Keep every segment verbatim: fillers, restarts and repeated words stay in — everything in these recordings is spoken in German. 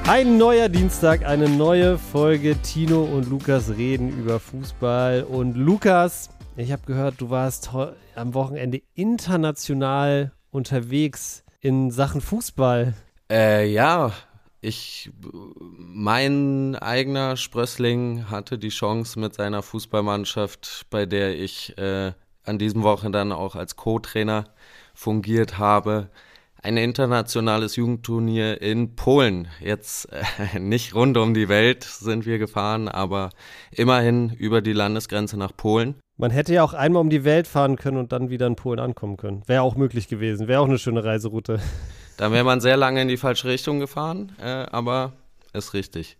Ein neuer Dienstag, eine neue Folge. Tino und Lukas reden über Fußball. Und Lukas, ich habe gehört, du warst heu- am Wochenende international unterwegs in Sachen Fußball. Äh, ja, ich, mein eigener Sprössling hatte die Chance mit seiner Fußballmannschaft, bei der ich äh, an diesem Wochenende dann auch als Co-Trainer fungiert habe, ein internationales Jugendturnier in Polen. Jetzt äh, nicht rund um die Welt sind wir gefahren, aber immerhin über die Landesgrenze nach Polen. Man hätte ja auch einmal um die Welt fahren können und dann wieder in Polen ankommen können. Wäre auch möglich gewesen. Wäre auch eine schöne Reiseroute. Dann wäre man sehr lange in die falsche Richtung gefahren, äh, aber ist richtig.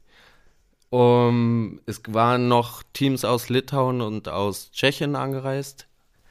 Um, es waren noch Teams aus Litauen und aus Tschechien angereist.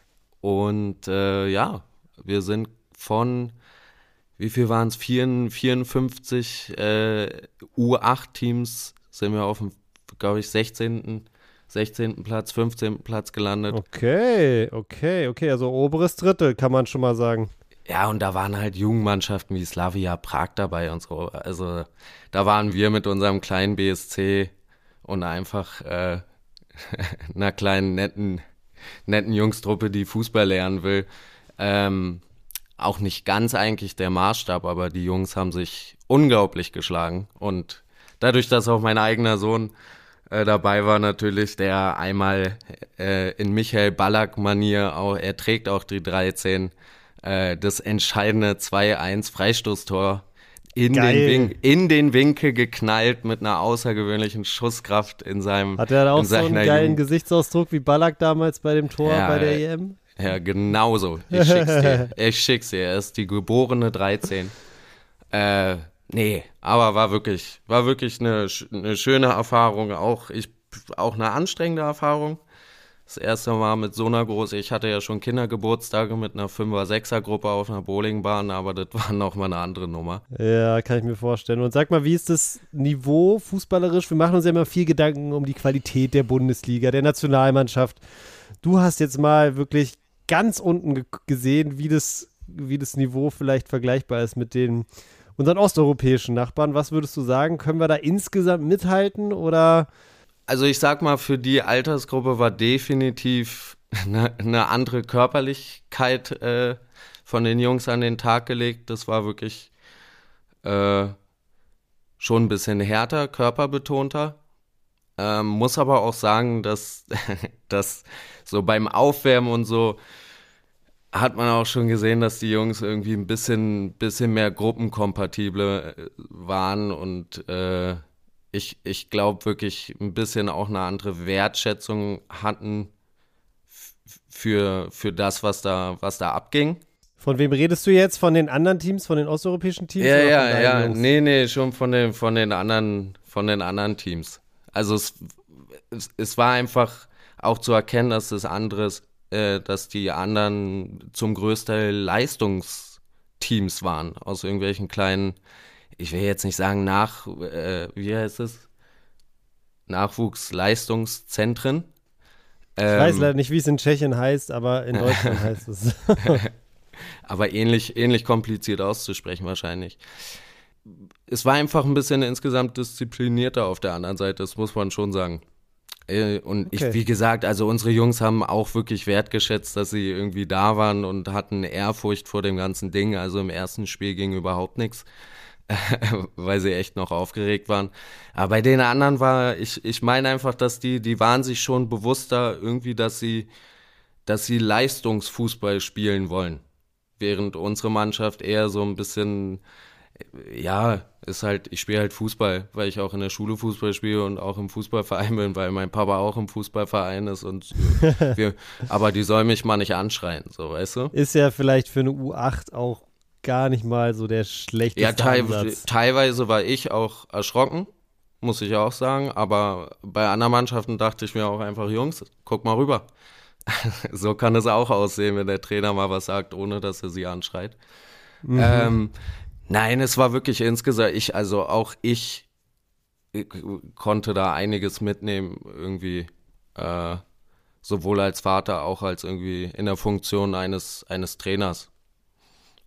Und äh, ja, wir sind von, wie viel waren es, vierundfünfzig äh, U acht Teams, sind wir auf dem, glaube ich, sechzehnten Platz, fünfzehnten Platz gelandet. Okay, okay, okay. Also oberes Drittel, kann man schon mal sagen. Ja, und da waren halt Jugendmannschaften wie Slavia Prag dabei und so. Also da waren wir mit unserem kleinen B S C und einfach äh, einer kleinen, netten, netten Jungstruppe, die Fußball lernen will. Ähm, auch nicht ganz eigentlich der Maßstab, aber die Jungs haben sich unglaublich geschlagen. Und dadurch, dass auch mein eigener Sohn äh, dabei war natürlich, der einmal äh, in Michael Ballack-Manier, auch, er trägt auch die dreizehn, äh, das entscheidende zwei eins Freistoßtor in den, Win- in den Winkel geknallt mit einer außergewöhnlichen Schusskraft in seinem Hat er da auch in so einen seiner geilen Jugend. Gesichtsausdruck wie Ballack damals bei dem Tor Ja, bei der E M? Ja, genauso. Ich schick's dir. Ich schick's dir. Er ist die geborene dreizehn. Äh, nee, aber war wirklich, war wirklich eine, eine schöne Erfahrung. Auch, ich, auch eine anstrengende Erfahrung. Das erste Mal mit so einer großen, ich hatte ja schon Kindergeburtstage mit einer Fünfer-Sechser-Gruppe auf einer Bowlingbahn, aber das war nochmal eine andere Nummer. Ja, kann ich mir vorstellen. Und sag mal, wie ist das Niveau fußballerisch? Wir machen uns ja immer viel Gedanken um die Qualität der Bundesliga, der Nationalmannschaft. Du hast jetzt mal wirklich ganz unten ge- gesehen, wie das, wie das Niveau vielleicht vergleichbar ist mit den unseren osteuropäischen Nachbarn. Was würdest du sagen? Können wir da insgesamt mithalten oder? Also ich sag mal, für die Altersgruppe war definitiv eine, eine andere Körperlichkeit äh, von den Jungs an den Tag gelegt. Das war wirklich äh, schon ein bisschen härter, körperbetonter. Ähm, muss aber auch sagen, dass, dass so beim Aufwärmen und so hat man auch schon gesehen, dass die Jungs irgendwie ein bisschen, bisschen mehr gruppenkompatibel äh, waren und äh, ich, ich glaube wirklich ein bisschen auch eine andere Wertschätzung hatten f- für, für das, was da, was da abging. Von wem redest du jetzt? Von den anderen Teams, von den osteuropäischen Teams? Ja, oder von ja, deinen ja, Jungs? nee, nee, schon von den, von den anderen, von den anderen Teams. Also es, es, es war einfach auch zu erkennen, dass das anderes, äh, dass die anderen zum Größteil Leistungsteams waren, aus irgendwelchen kleinen, ich will jetzt nicht sagen nach, äh, wie heißt es? Nachwuchsleistungszentren. Ich weiß Ähm, leider nicht, wie es in Tschechien heißt, aber in Deutschland heißt es. aber ähnlich, ähnlich kompliziert auszusprechen wahrscheinlich. Es war einfach ein bisschen insgesamt disziplinierter auf der anderen Seite, das muss man schon sagen. Äh, Und Okay. ich, wie gesagt, also unsere Jungs haben auch wirklich wertgeschätzt, dass sie irgendwie da waren und hatten Ehrfurcht vor dem ganzen Ding. Also im ersten Spiel ging überhaupt nichts, weil sie echt noch aufgeregt waren. Aber bei den anderen war, ich, ich meine einfach, dass die, die waren sich schon bewusster irgendwie, dass sie, dass sie Leistungsfußball spielen wollen. Während unsere Mannschaft eher so ein bisschen, ja, ist halt, ich spiele halt Fußball, weil ich auch in der Schule Fußball spiele und auch im Fußballverein bin, weil mein Papa auch im Fußballverein ist und wir, aber die sollen mich mal nicht anschreien, so, weißt du? Ist ja vielleicht für eine U acht auch gar nicht mal so der schlechteste Ja, teil, Ansatz. teilweise war ich auch erschrocken, muss ich auch sagen, aber bei anderen Mannschaften dachte ich mir auch einfach, Jungs, guck mal rüber. So kann es auch aussehen, wenn der Trainer mal was sagt, ohne dass er sie anschreit. Mhm. Ähm, nein, es war wirklich insgesamt, ich, also auch ich, ich konnte da einiges mitnehmen, irgendwie, äh, sowohl als Vater, auch als irgendwie in der Funktion eines, eines Trainers.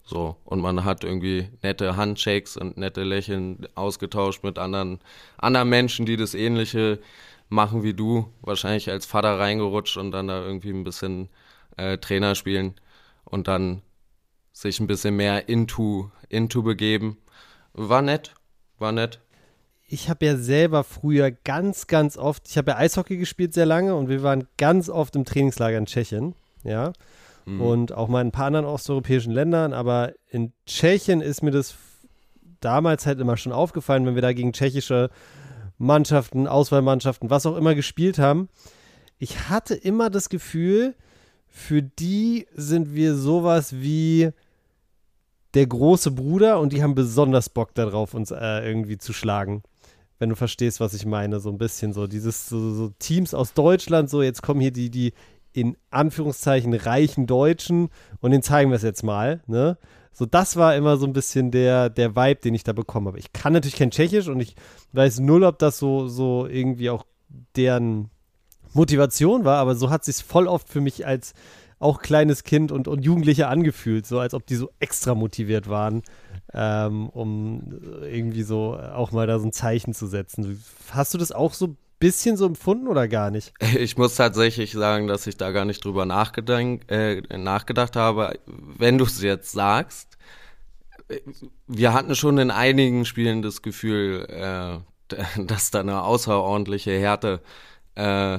So, und man hat irgendwie nette Handshakes und nette Lächeln ausgetauscht mit anderen, anderen Menschen, die das Ähnliche machen wie du. Wahrscheinlich als Vater reingerutscht und dann da irgendwie ein bisschen äh, Trainer spielen und dann sich ein bisschen mehr into, into begeben. War nett, war nett. Ich habe ja selber früher ganz, ganz oft, ich habe ja Eishockey gespielt sehr lange und wir waren ganz oft im Trainingslager in Tschechien, ja. Mhm. Und auch mal in ein paar anderen osteuropäischen Ländern, aber in Tschechien ist mir das damals halt immer schon aufgefallen, wenn wir da gegen tschechische Mannschaften, Auswahlmannschaften, was auch immer gespielt haben. Ich hatte immer das Gefühl, für die sind wir sowas wie der große Bruder und die haben besonders Bock darauf, uns äh, irgendwie zu schlagen. Wenn du verstehst, was ich meine, so ein bisschen so dieses so, so Teams aus Deutschland, so jetzt kommen hier die, die in Anführungszeichen reichen Deutschen und denen zeigen wir es jetzt mal, ne? So, das war immer so ein bisschen der, der Vibe, den ich da bekommen habe. Ich kann natürlich kein Tschechisch und ich weiß null, ob das so, so irgendwie auch deren Motivation war, aber so hat es sich voll oft für mich als auch kleines Kind und, und Jugendliche angefühlt, so als ob die so extra motiviert waren, ähm, um irgendwie so auch mal da so ein Zeichen zu setzen. Hast du das auch so ein bisschen so empfunden oder gar nicht? Ich muss tatsächlich sagen, dass ich da gar nicht drüber nachgedank, äh, nachgedacht habe. Wenn du es jetzt sagst, wir hatten schon in einigen Spielen das Gefühl, äh, dass da eine außerordentliche Härte äh,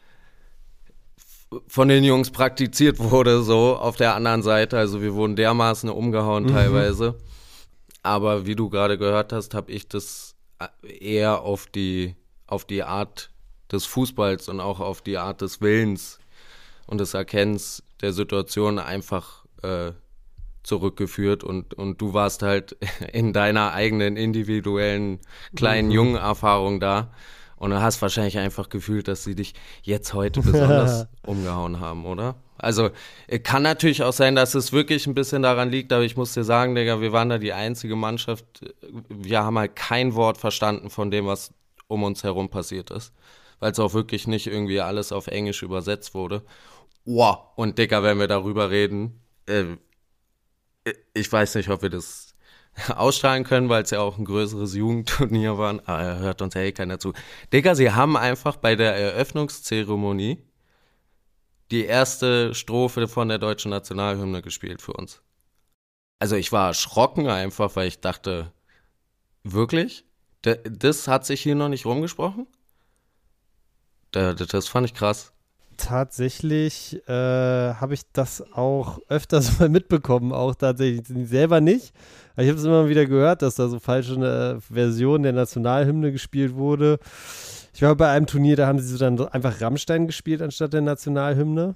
von den Jungs praktiziert wurde, so auf der anderen Seite. Also wir wurden dermaßen umgehauen mhm. teilweise. Aber wie du gerade gehört hast, habe ich das eher auf die, auf die Art des Fußballs und auch auf die Art des Willens und des Erkennens der Situation einfach äh, zurückgeführt. Und, und du warst halt in deiner eigenen individuellen kleinen mhm. jungen Erfahrung da. Und du hast wahrscheinlich einfach gefühlt, dass sie dich jetzt heute besonders umgehauen haben, oder? Also kann natürlich auch sein, dass es wirklich ein bisschen daran liegt, aber ich muss dir sagen, Digga, wir waren da die einzige Mannschaft, wir haben halt kein Wort verstanden von dem, was um uns herum passiert ist, weil es auch wirklich nicht irgendwie alles auf Englisch übersetzt wurde. Wow. Und Digga, wenn wir darüber reden, äh, ich weiß nicht, ob wir das ausstrahlen können, weil es ja auch ein größeres Jugendturnier war. Aber hört uns ja eh keiner zu. Digga, sie haben einfach bei der Eröffnungszeremonie die erste Strophe von der deutschen Nationalhymne gespielt für uns. Also ich war erschrocken einfach, weil ich dachte, wirklich? Das hat sich hier noch nicht rumgesprochen? Das fand ich krass. Tatsächlich äh, habe ich das auch öfters mal mitbekommen, auch tatsächlich selber nicht. Aber ich habe es immer wieder gehört, dass da so falsche äh, Version der Nationalhymne gespielt wurde. Ich war bei einem Turnier, da haben sie so dann einfach Rammstein gespielt anstatt der Nationalhymne.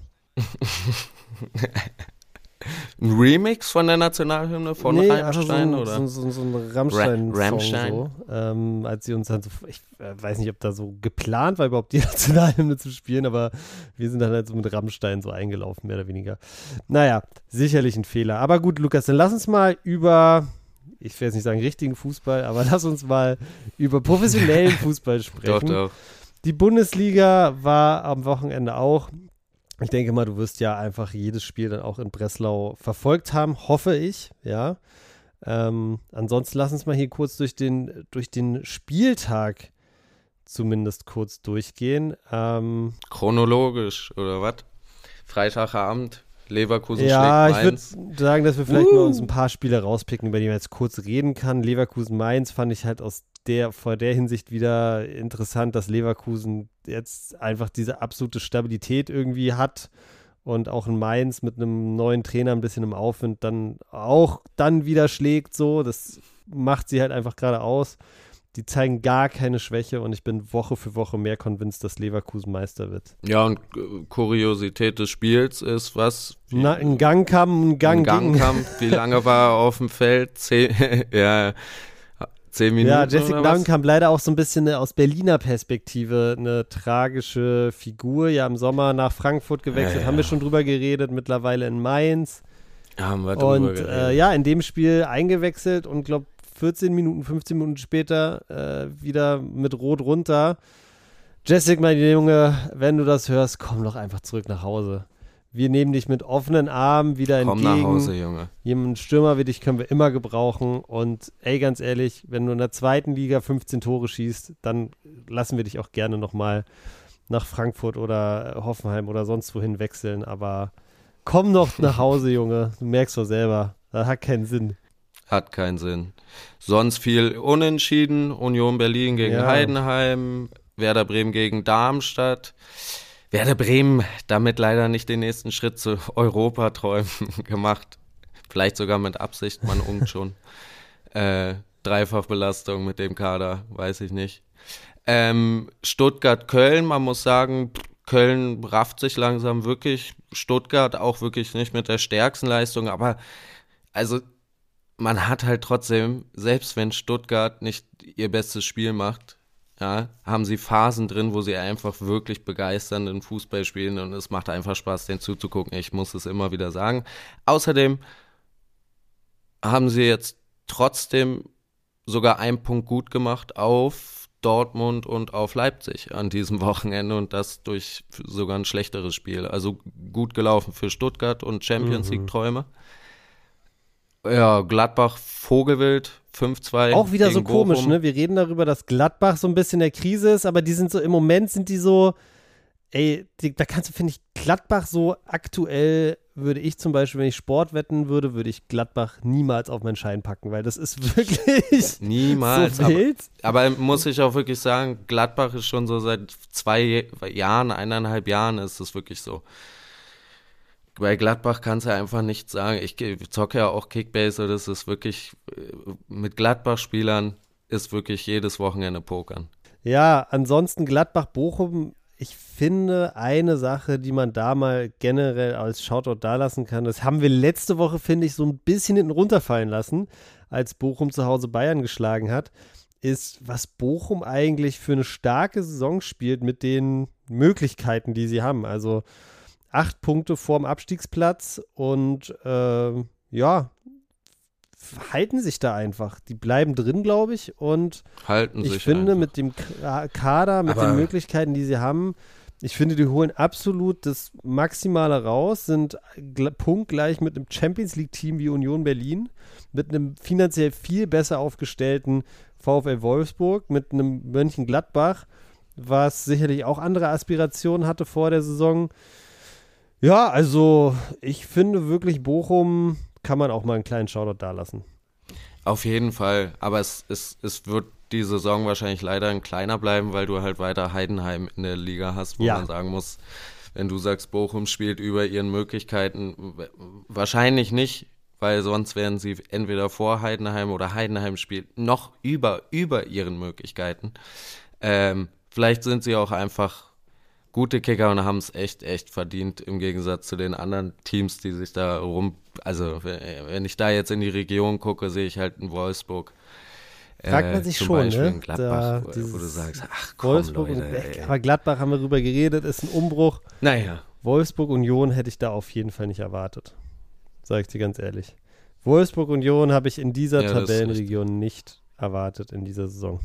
Ein Remix von der Nationalhymne von nee, Rammstein? So, oder? So, so, so ein Rammstein-Song. Ra- Rammstein. So, ähm, als sie uns dann so, ich äh, weiß nicht, ob da so geplant war, überhaupt die Nationalhymne zu spielen, aber wir sind dann halt so mit Rammstein so eingelaufen, mehr oder weniger. Naja, sicherlich ein Fehler. Aber gut, Lukas, dann lass uns mal über, ich will jetzt nicht sagen richtigen Fußball, aber lass uns mal über professionellen Fußball sprechen. Doch, doch. Die Bundesliga war am Wochenende auch. Ich denke mal, du wirst ja einfach jedes Spiel dann auch in Breslau verfolgt haben, hoffe ich, ja. Ähm, ansonsten lass uns mal hier kurz durch den, durch den Spieltag zumindest kurz durchgehen. Ähm, Chronologisch, oder was? Freitagabend, Leverkusen ja, schlägt Mainz. Ich würde sagen, dass wir vielleicht uh. mal uns ein paar Spiele rauspicken, über die man jetzt kurz reden kann. Leverkusen-Mainz fand ich halt aus der, vor der Hinsicht wieder interessant, dass Leverkusen jetzt einfach diese absolute Stabilität irgendwie hat und auch in Mainz mit einem neuen Trainer ein bisschen im Aufwind dann auch dann wieder schlägt so. Das macht sie halt einfach gerade aus. Die zeigen gar keine Schwäche und ich bin Woche für Woche mehr convinced, dass Leverkusen Meister wird. Ja, und Kuriosität des Spiels ist was? Wie, Na, ein Gangkampf, ein Gang ein Gangkampf. Wie lange war er auf dem Feld? Zehn, ja, zehn Minuten. Ja, Jessica Langenkamp leider auch so ein bisschen aus Berliner Perspektive eine tragische Figur. Ja, im Sommer nach Frankfurt gewechselt, ja, ja. haben wir schon drüber geredet, mittlerweile in Mainz. Ja, haben wir drüber und geredet. Äh, ja, in dem Spiel eingewechselt und glaube vierzehn Minuten, fünfzehn Minuten später äh, wieder mit Rot runter. Jessica, mein Junge, wenn du das hörst, komm doch einfach zurück nach Hause. wir nehmen dich mit offenen Armen wieder Komm entgegen. nach Hause, Junge. Jemanden Stürmer wie dich können wir immer gebrauchen. Und ey, ganz ehrlich, wenn du in der zweiten Liga fünfzehn Tore schießt, dann lassen wir dich auch gerne nochmal nach Frankfurt oder Hoffenheim oder sonst wohin wechseln. Aber komm noch nach Hause, Junge. Du merkst doch selber, das hat keinen Sinn. Hat keinen Sinn. Sonst viel Unentschieden. Union Berlin gegen Ja. Heidenheim. Werder Bremen gegen Darmstadt. Werder Bremen damit leider nicht den nächsten Schritt zu Europaträumen gemacht. Vielleicht sogar mit Absicht, man ungt schon. Äh, Dreifachbelastung mit dem Kader, weiß ich nicht. Ähm, Stuttgart-Köln, man muss sagen, Köln rafft sich langsam wirklich. Stuttgart auch wirklich nicht mit der stärksten Leistung, aber also man hat halt trotzdem, selbst wenn Stuttgart nicht ihr bestes Spiel macht, ja, haben sie Phasen drin, wo sie einfach wirklich begeisternden Fußball spielen und es macht einfach Spaß, denen zuzugucken. Ich muss es immer wieder sagen. Außerdem haben sie jetzt trotzdem sogar einen Punkt gut gemacht auf Dortmund und auf Leipzig an diesem Wochenende und das durch sogar ein schlechteres Spiel. Also gut gelaufen für Stuttgart und Champions League-Träume. Ja, Gladbach, Vogelwild, fünf zwei. Auch wieder so gegen komisch, Bochum. ne? Wir reden darüber, dass Gladbach so ein bisschen in der Krise ist, aber die sind so, im Moment sind die so, ey, die, da kannst du, finde ich, Gladbach so aktuell, würde ich zum Beispiel, wenn ich Sport wetten würde, würde ich Gladbach niemals auf meinen Schein packen, weil das ist wirklich Niemals. so wild. Aber, aber muss ich auch wirklich sagen, Gladbach ist schon so seit zwei Jahren, eineinhalb Jahren ist es wirklich so. Bei Gladbach kannst du einfach nichts sagen. Ich zocke ja auch Kickbase, das ist wirklich, mit Gladbach-Spielern ist wirklich jedes Wochenende Pokern. Ja, ansonsten Gladbach-Bochum, ich finde eine Sache, die man da mal generell als Shoutout dalassen kann, das haben wir letzte Woche, finde ich, so ein bisschen hinten runterfallen lassen, als Bochum zu Hause Bayern geschlagen hat, ist, was Bochum eigentlich für eine starke Saison spielt mit den Möglichkeiten, die sie haben. Also acht Punkte vorm Abstiegsplatz und äh, ja, halten sich da einfach. Die bleiben drin, glaube ich. Und Halten ich sich finde, einfach. mit dem K- Kader, mit Aber den Möglichkeiten, die sie haben, ich finde, die holen absolut das Maximale raus, sind gl- punktgleich mit einem Champions-League-Team wie Union Berlin, mit einem finanziell viel besser aufgestellten VfL Wolfsburg, mit einem Mönchengladbach, was sicherlich auch andere Aspirationen hatte vor der Saison. Ja, also ich finde wirklich, Bochum kann man auch mal einen kleinen Shoutout dalassen. Auf jeden Fall, aber es, es, es wird die Saison wahrscheinlich leider ein kleiner bleiben, weil du halt weiter Heidenheim in der Liga hast, wo Ja. man sagen muss, wenn du sagst, Bochum spielt über ihren Möglichkeiten, wahrscheinlich nicht, weil sonst wären sie entweder vor Heidenheim oder Heidenheim spielt noch über, über ihren Möglichkeiten. Ähm, vielleicht sind sie auch einfach gute Kicker und haben es echt, echt verdient im Gegensatz zu den anderen Teams, die sich da rum, also wenn ich da jetzt in die Region gucke, sehe ich halt einen Wolfsburg. Fragt man sich zum schon, Beispiel ne? in Gladbach, Da wo, wo dieses du sagst, ach komm, Wolfsburg Leute, und weg. ey. Aber Gladbach haben wir drüber geredet, ist ein Umbruch. Naja, Wolfsburg Union hätte ich da auf jeden Fall nicht erwartet. Sag ich dir ganz ehrlich. Wolfsburg Union habe ich in dieser Ja, das ist Tabellenregion nicht erwartet in dieser Saison.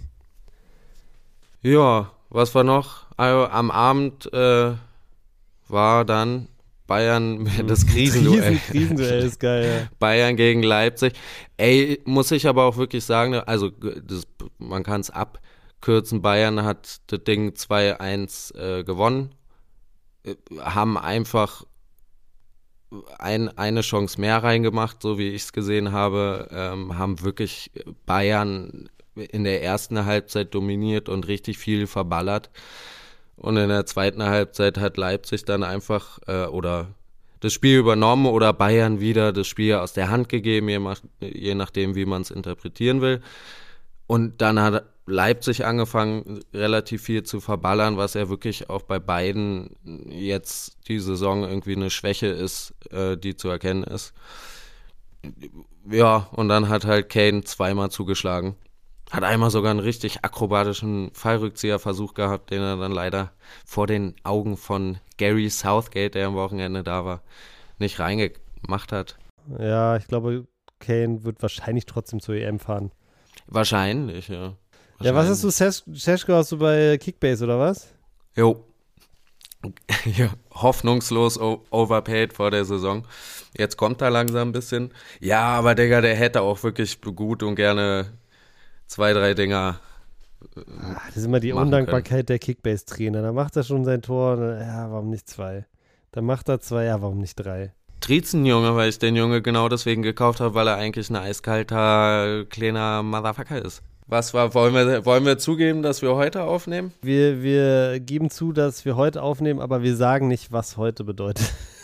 ja, was war noch? Also, am Abend äh, war dann Bayern, das Krisenduell. Riesen, Krisenduell ist geil. Bayern gegen Leipzig. Ey, muss ich aber auch wirklich sagen, also das, man kann es abkürzen, Bayern hat das Ding zwei eins äh, gewonnen, äh, haben einfach ein, eine Chance mehr reingemacht, so wie ich es gesehen habe, ähm, haben wirklich Bayern in der ersten Halbzeit dominiert und richtig viel verballert. Und in der zweiten Halbzeit hat Leipzig dann einfach äh, oder das Spiel übernommen oder Bayern wieder das Spiel aus der Hand gegeben, je, mach, je nachdem, wie man es interpretieren will. Und dann hat Leipzig angefangen, relativ viel zu verballern, was ja wirklich auch bei beiden jetzt die Saison irgendwie eine Schwäche ist, äh, die zu erkennen ist. Ja, und dann hat halt Kane zweimal zugeschlagen. Hat einmal sogar einen richtig akrobatischen Fallrückzieherversuch gehabt, den er dann leider vor den Augen von Gary Southgate, der am Wochenende da war, nicht reingemacht hat. Ja, ich glaube, Kane wird wahrscheinlich trotzdem zur E M fahren. Wahrscheinlich, ja. Ja, was hast du, Seschko, hast du bei Kickbase oder was? Jo. ja, hoffnungslos o- overpaid vor der Saison. Jetzt kommt er langsam ein bisschen. Ja, aber Digga, der hätte auch wirklich gut und gerne zwei, drei Dinger. Ah, das ist immer die machen Undankbarkeit können. der Kickbase-Trainer. Da macht er schon sein Tor, dann, ja, warum nicht zwei? Dann macht er zwei, ja, warum nicht drei? Triezenjunge, weil ich den Junge genau deswegen gekauft habe, weil er eigentlich ein eiskalter, kleiner Motherfucker ist. Was war, wollen wir, wollen wir zugeben, dass wir heute aufnehmen? Wir, wir geben zu, dass wir heute aufnehmen, aber wir sagen nicht, was heute bedeutet.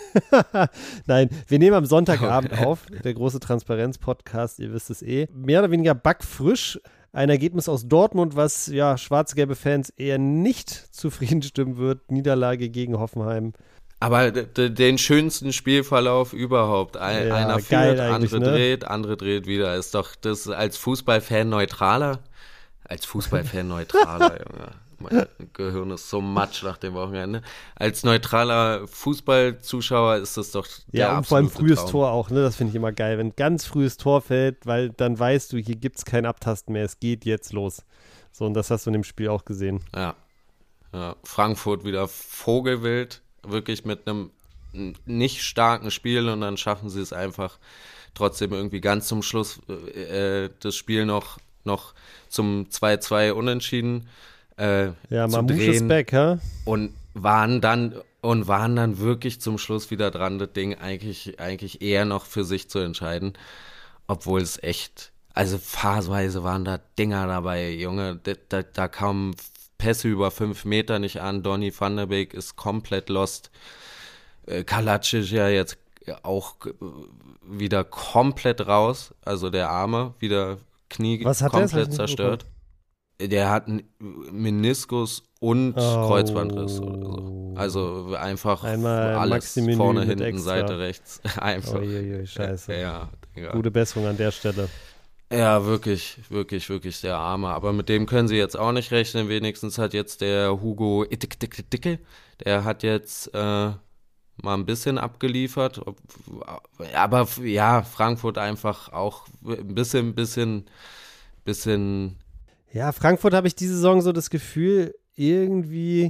Nein, wir nehmen am Sonntagabend auf, der große Transparenz-Podcast, ihr wisst es eh. Mehr oder weniger backfrisch. Ein Ergebnis aus Dortmund, was ja schwarz-gelbe Fans eher nicht zufrieden stimmen wird. Niederlage gegen Hoffenheim. Aber d- d- den schönsten Spielverlauf überhaupt. Ein, Ja, einer geil führt, eigentlich, andere ne? dreht, andere dreht wieder. Ist doch das als Fußballfan neutraler? Als Fußballfan neutraler, Junge. Mein Gehirn ist so matsch nach dem Wochenende. Als neutraler Fußballzuschauer ist das doch der Ja, und vor allem absolute frühes Traum. Tor auch, ne? Das finde ich immer geil. Wenn ganz frühes Tor fällt, weil dann weißt du, hier gibt es kein Abtasten mehr, es geht jetzt los. So, und das hast du in dem Spiel auch gesehen. Ja. Ja. Frankfurt wieder Vogelwild, wirklich mit einem nicht starken Spiel und dann schaffen sie es einfach trotzdem irgendwie ganz zum Schluss äh, das Spiel noch, noch zum zwei zwei Unentschieden äh, Ja, zu Mamouche ist drehen back, ha? und waren dann und waren dann wirklich zum Schluss wieder dran, das Ding eigentlich, eigentlich eher noch für sich zu entscheiden, obwohl es echt, also phasenweise waren da Dinger dabei, Junge, da, da, da kamen Pässe über fünf Meter nicht an, Donny van der Beek ist komplett lost, äh, Kalacic ja jetzt auch äh, wieder komplett raus, also der Arme, wieder Knie Was hat der? Das hab ich komplett nicht zerstört. Der hat einen Meniskus und Oh. Kreuzbandriss oder so. Also einfach Einmal alles Maxi-Menü vorne, mit hinten, extra. Seite, rechts. Einfach. Uiuiui, scheiße. Ja, Digga. Gute Besserung an der Stelle. Ja, wirklich, wirklich, wirklich der Arme. Aber mit dem können sie jetzt auch nicht rechnen. Wenigstens hat jetzt der Hugo Dicke, der hat jetzt äh, mal ein bisschen abgeliefert. Ob- Aber ja, Frankfurt einfach auch ein bisschen, bisschen, bisschen. Ja, Frankfurt habe ich diese Saison so das Gefühl, irgendwie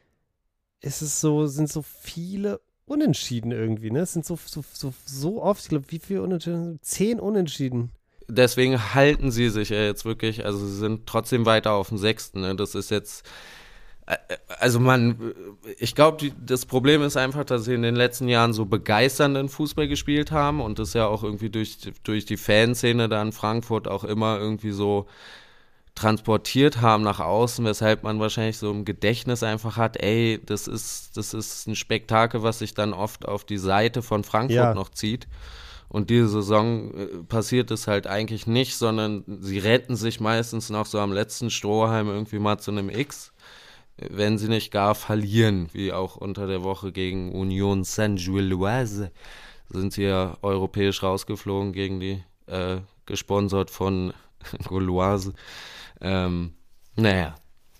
ist es so, sind so viele Unentschieden irgendwie, ne? Es sind so, so, so, so oft, ich glaube, wie viele Unentschieden? Zehn Unentschieden. Deswegen halten sie sich ja jetzt wirklich, also sie sind trotzdem weiter auf dem Sechsten. Ne? Das ist jetzt, äh, also man, ich glaube, das Problem ist einfach, dass sie in den letzten Jahren so begeisternden Fußball gespielt haben und das ja auch irgendwie durch, durch die Fanszene da in Frankfurt auch immer irgendwie so transportiert haben nach außen, weshalb man wahrscheinlich so im Gedächtnis einfach hat, ey, das ist, das ist ein Spektakel, was sich dann oft auf die Seite von Frankfurt Ja. noch zieht. Und diese Saison äh, passiert es halt eigentlich nicht, sondern sie retten sich meistens noch so am letzten Strohhalm irgendwie mal zu einem X, äh, wenn sie nicht gar verlieren, wie auch unter der Woche gegen Union Saint-Gilloise sind sie ja europäisch rausgeflogen gegen die, äh, gesponsert von Gauloise. Ähm, naja,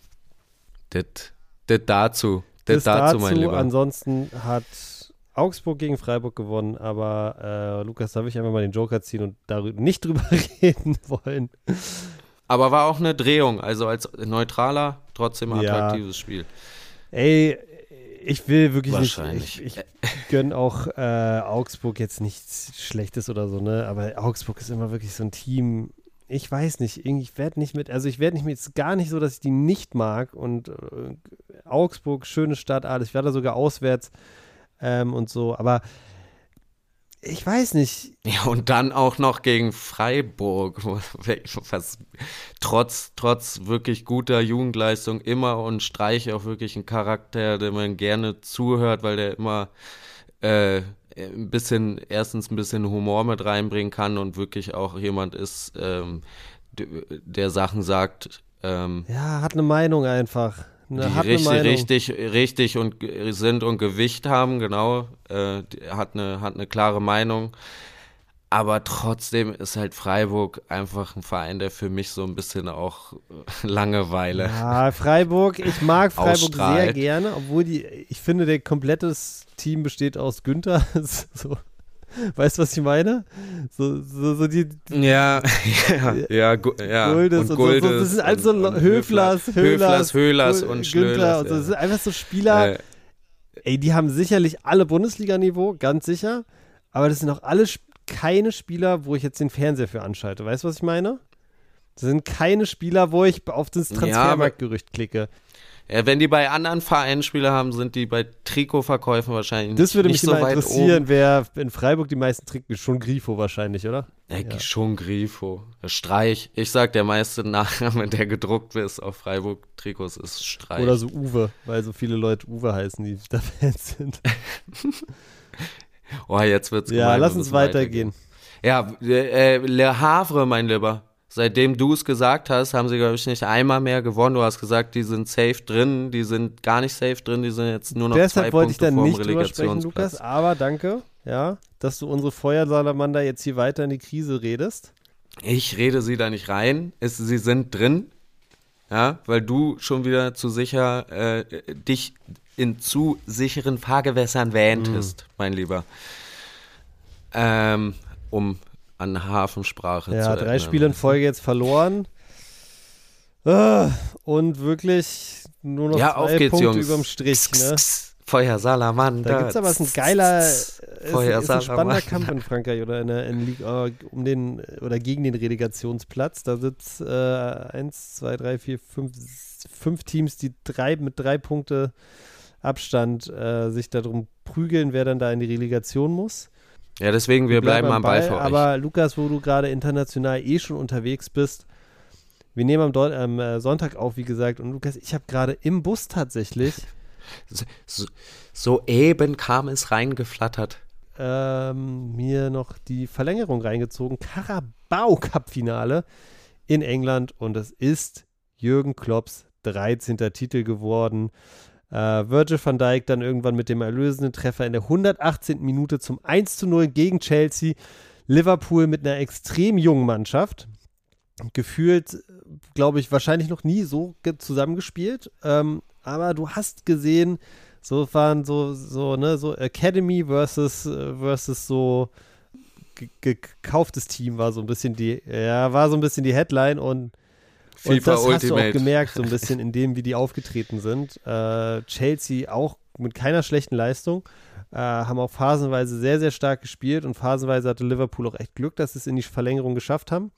das dazu, das Bis dazu, dazu, mein Lieber. ansonsten hat Augsburg gegen Freiburg gewonnen, aber äh, Lukas, darf ich einfach mal den Joker ziehen und darüber nicht drüber reden wollen. Aber war auch eine Drehung, also als neutraler, trotzdem Ja. attraktives Spiel. Ey, ich will wirklich Wahrscheinlich. nicht, ich, ich gönne auch äh, Augsburg jetzt nichts Schlechtes oder so, ne, aber Augsburg ist immer wirklich so ein Team, ich weiß nicht, irgendwie, ich werde nicht mit, also ich werde nicht mit, ist gar nicht so, dass ich die nicht mag und äh, Augsburg, schöne Stadt, alles, ich war da sogar auswärts ähm, und so, aber ich weiß nicht, Ja, und dann auch noch gegen Freiburg, was trotz, trotz wirklich guter Jugendleistung immer und Streich auch wirklich ein Charakter, dem man gerne zuhört, weil der immer äh, ein bisschen, erstens ein bisschen Humor mit reinbringen kann und wirklich auch jemand ist, ähm, d- der Sachen sagt, ähm, ja, hat eine Meinung einfach, ne, die hat eine richtig, Meinung. richtig, richtig und ge- sind und Gewicht haben, genau, äh, die- hat eine, hat eine klare Meinung. Aber trotzdem ist halt Freiburg einfach ein Verein, der für mich so ein bisschen auch äh, Langeweile. Ja, Freiburg, ich mag Freiburg sehr Ausstrahlt. gerne, obwohl die, ich finde, der komplette Team besteht aus Günther. So, weißt du, was ich meine? So, so, so die, die Ja, ja, ja, Gu- ja. Guldes und, und so, Guldes. so, das sind alles so und- und Höflers, Höflers, Höhlers, Höhlers Gul- und Günther Schlölers. und so. Das Ja. sind einfach so Spieler, Äh, ey, die haben sicherlich alle Bundesliga-Niveau, ganz sicher, aber das sind auch alle Sp- keine Spieler, wo ich jetzt den Fernseher für anschalte. Weißt du, was ich meine? Das sind keine Spieler, wo ich auf das Transfermarktgerücht klicke. Ja, wenn die bei anderen Vereinen Spieler haben, sind die bei Trikotverkäufen wahrscheinlich das würde nicht mich so immer weit interessieren, oben. wer in Freiburg die meisten trinkt, schon Grifo wahrscheinlich, oder? Ja, Ja. schon Grifo. Streich. Ich sag, der meiste Nachname, der gedruckt ist auf Freiburg-Trikots, ist Streich. Oder so Uwe, weil so viele Leute Uwe heißen, die da Fans sind. Oh, jetzt wird's Ja, gemein, lass wir uns müssen weitergehen. Ja, äh, Le Havre, mein Lieber. Seitdem du es gesagt hast, haben sie, glaube ich, nicht einmal mehr gewonnen. Du hast gesagt, die sind safe drin, die sind gar nicht safe drin, die sind jetzt nur noch Deshalb zwei wollte ich Punkte da vorm nicht drüber sprechen, Lukas, Relegationsplatz. aber danke, ja, dass du unsere Feuersalamander jetzt hier weiter in die Krise redest. Ich rede sie da nicht rein, es, sie sind drin, ja, weil du schon wieder zu sicher äh, dich in zu sicheren Fahrgewässern wähntest, Mhm. mein Lieber. Ähm, um an Hafensprache Ja, zu drei erinnern. Spiele in Folge jetzt verloren. Ah, und wirklich nur noch Ja, auf zwei geht's, Punkte Jungs. überm Strich. Ne? Feuersalamander. Da gibt es aber ist ein geiler, ist, ist ein Feuersalamander. spannender Kampf in Frankreich oder in der in Liga, äh, um den oder gegen den Relegationsplatz. Da sitzt äh, eins, zwei, drei, vier, fünf, fünf Teams, die drei mit drei Punkte Abstand äh, sich darum prügeln, wer dann da in die Relegation muss. Ja, deswegen, wir bleiben am Ball für euch. Aber Lukas, wo du gerade international eh schon unterwegs bist, wir nehmen am, Deu- am äh, Sonntag auf, wie gesagt, und Lukas, ich habe gerade im Bus tatsächlich So, so, soeben kam es reingeflattert. ähm, mir noch die Verlängerung reingezogen. Carabao-Cup-Finale in England und es ist Jürgen Klopps dreizehnter Titel geworden. Äh, Virgil van Dijk dann irgendwann mit dem erlösenden Treffer in der hundertachtzehnten Minute zum eins zu null gegen Chelsea. Liverpool mit einer extrem jungen Mannschaft. Gefühlt, glaube ich, wahrscheinlich noch nie so ge- zusammengespielt. Ähm, aber du hast gesehen, so waren so, so, ne, so Academy versus, äh, versus so ge- gekauftes Team war so ein bisschen die, ja, war so ein bisschen die Headline und Und FIFA das hast du auch Ultimate. gemerkt, so ein bisschen in dem, wie die aufgetreten sind. Äh, Chelsea auch mit keiner schlechten Leistung, äh, haben auch phasenweise sehr, sehr stark gespielt und phasenweise hatte Liverpool auch echt Glück, dass sie es in die Verlängerung geschafft haben.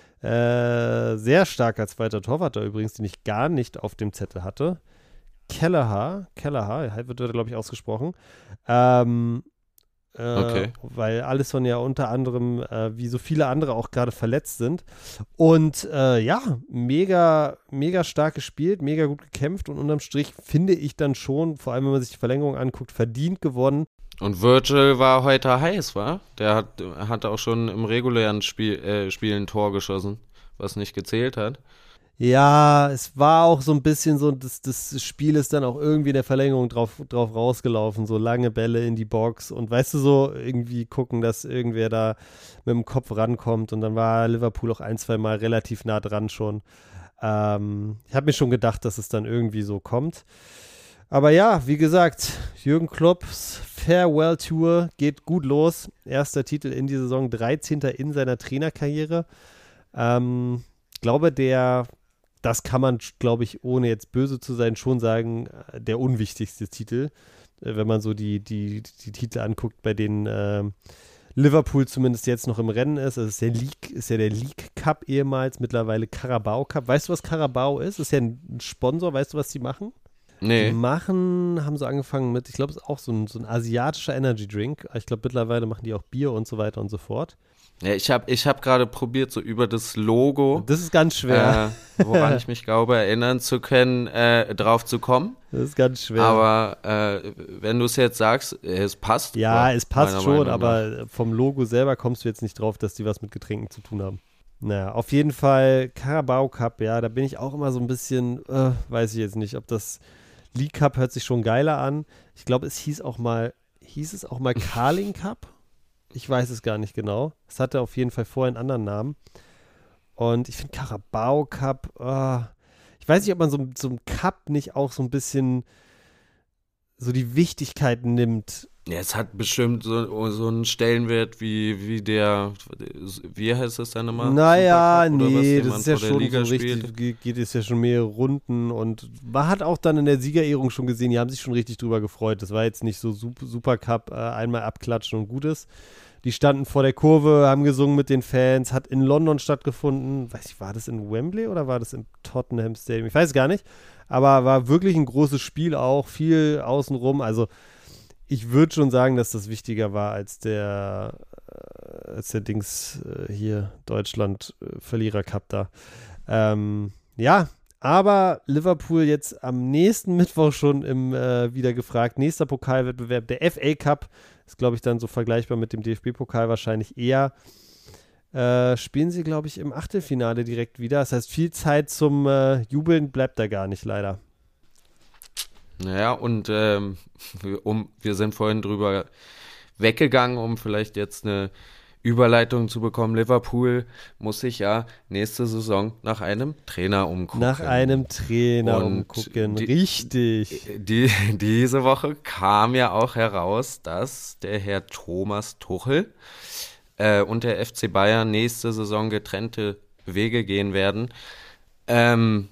Äh, sehr starker zweiter Torwart da übrigens, den ich gar nicht auf dem Zettel hatte. Kelleher, Kelleher, wird er, glaube ich, ausgesprochen. Ähm, äh, Okay. Weil Alisson ja unter anderem, äh, wie so viele andere, auch gerade verletzt sind. Und äh, ja, mega, mega stark gespielt, mega gut gekämpft und unterm Strich finde ich dann schon, vor allem wenn man sich die Verlängerung anguckt, verdient gewonnen. Und Virgil war heute heiß, wa? Der hat, hat auch schon im regulären Spiel, äh, Spiel ein Tor geschossen, was nicht gezählt hat. Ja, es war auch so ein bisschen so, das, das Spiel ist dann auch irgendwie in der Verlängerung drauf, drauf rausgelaufen, so lange Bälle in die Box und weißt du, so irgendwie gucken, dass irgendwer da mit dem Kopf rankommt und dann war Liverpool auch ein, zwei Mal relativ nah dran schon. Ähm, ich habe mir schon gedacht, dass es dann irgendwie so kommt. Aber ja, wie gesagt, Jürgen Klopps Farewell Tour geht gut los. Erster Titel in die Saison, dreizehnter in seiner Trainerkarriere. Ähm, ich glaube, der Das kann man, glaube ich, ohne jetzt böse zu sein, schon sagen, der unwichtigste Titel, äh, wenn man so die, die, die Titel anguckt, bei denen äh, Liverpool zumindest jetzt noch im Rennen ist. Das ist, der League, ist ja der League Cup ehemals, mittlerweile Carabao Cup. Weißt du, was Carabao ist? Das ist ja ein Sponsor. Weißt du, was die machen? Die Nee. machen, haben so angefangen mit, ich glaube, es ist auch so ein, so ein asiatischer Energy Drink. Ich glaube, mittlerweile machen die auch Bier und so weiter und so fort. Ja, ich habe ich hab gerade probiert, so über das Logo, Das ist ganz schwer. äh, woran ich mich glaube, erinnern zu können, äh, drauf zu kommen. Das ist ganz schwer. Aber äh, wenn du es jetzt sagst, äh, es passt. Ja, ja, es passt meiner schon, Meinung nach. aber vom Logo selber kommst du jetzt nicht drauf, dass die was mit Getränken zu tun haben. Naja, auf jeden Fall Carabao Cup, ja, da bin ich auch immer so ein bisschen, äh, weiß ich jetzt nicht, ob das League Cup hört sich schon geiler an. Ich glaube, es hieß auch mal, hieß es auch mal Carling Cup? Ich weiß es gar nicht genau. Es hatte auf jeden Fall vorher einen anderen Namen. Und ich finde Carabao Cup, äh, ich weiß nicht, ob man so, so einem Cup nicht auch so ein bisschen so die Wichtigkeit nimmt. Ja, es hat bestimmt so, so einen Stellenwert wie, wie der, wie heißt das dann immer? Naja, Supercup oder was, nee, den das man ist ja vor der schon Liga so richtig, spielt? ge- geht es ja schon mehrere Runden und man hat auch dann in der Siegerehrung schon gesehen, die haben sich schon richtig drüber gefreut. Das war jetzt nicht so Sup- Supercup, äh, einmal abklatschen und gut ist. Die standen vor der Kurve, haben gesungen mit den Fans, hat in London stattgefunden. Weiß ich, war das in Wembley oder war das im Tottenham Stadium? Ich weiß es gar nicht. Aber war wirklich ein großes Spiel auch, viel außenrum. Also ich würde schon sagen, dass das wichtiger war als der, äh, als der Dings äh, hier, Deutschland äh, Verlierer Cup da. Ähm, ja, aber Liverpool jetzt am nächsten Mittwoch schon im äh, wieder gefragt. Nächster Pokalwettbewerb, der F A Cup, ist glaube ich dann so vergleichbar mit dem D F B-Pokal wahrscheinlich eher. Äh, spielen sie, glaube ich, im Achtelfinale direkt wieder. Das heißt, viel Zeit zum äh, Jubeln bleibt da gar nicht, leider. Naja, und ähm, wir- um, wir sind vorhin drüber weggegangen, um vielleicht jetzt eine Überleitung zu bekommen. Liverpool muss sich ja nächste Saison nach einem Trainer umgucken. Nach einem Trainer Und umgucken. die- Richtig. Die, diese Woche kam ja auch heraus, dass der Herr Thomas Tuchel äh, und der F C Bayern nächste Saison getrennte Wege gehen werden. Ähm,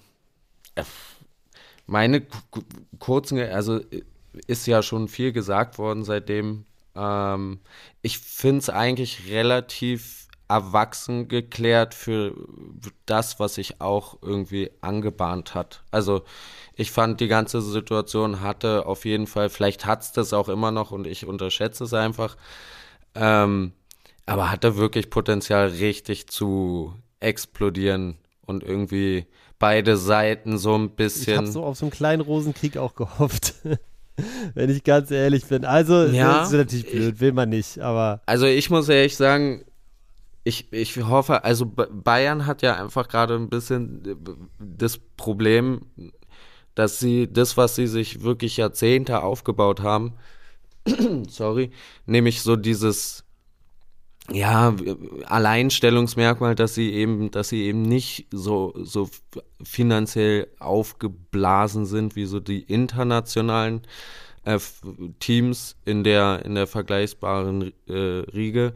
meine ku- ku- kurzen, also äh, ist ja schon viel gesagt worden seitdem. Ähm, ich finde es eigentlich relativ erwachsen geklärt für das, was sich auch irgendwie angebahnt hat. Also ich fand, die ganze Situation hatte auf jeden Fall, vielleicht hat es das auch immer noch und ich unterschätze es einfach, ähm, aber hatte wirklich Potenzial, richtig zu explodieren und irgendwie beide Seiten so ein Ich habe bisschen. so auf so einen kleinen Rosenkrieg auch gehofft. Wenn ich ganz ehrlich bin. Also, das ist Ja, natürlich ich, blöd, will man nicht, aber also ich muss ehrlich sagen, ich, ich hoffe, also B- Bayern hat ja einfach gerade ein bisschen äh, das Problem, dass sie das, was sie sich wirklich Jahrzehnte aufgebaut haben, sorry, nämlich so dieses, ja, Alleinstellungsmerkmal, dass sie eben, dass sie eben nicht so, so finanziell aufgeblasen sind wie so die internationalen äh, F- Teams in der, in der vergleichbaren äh, Riege.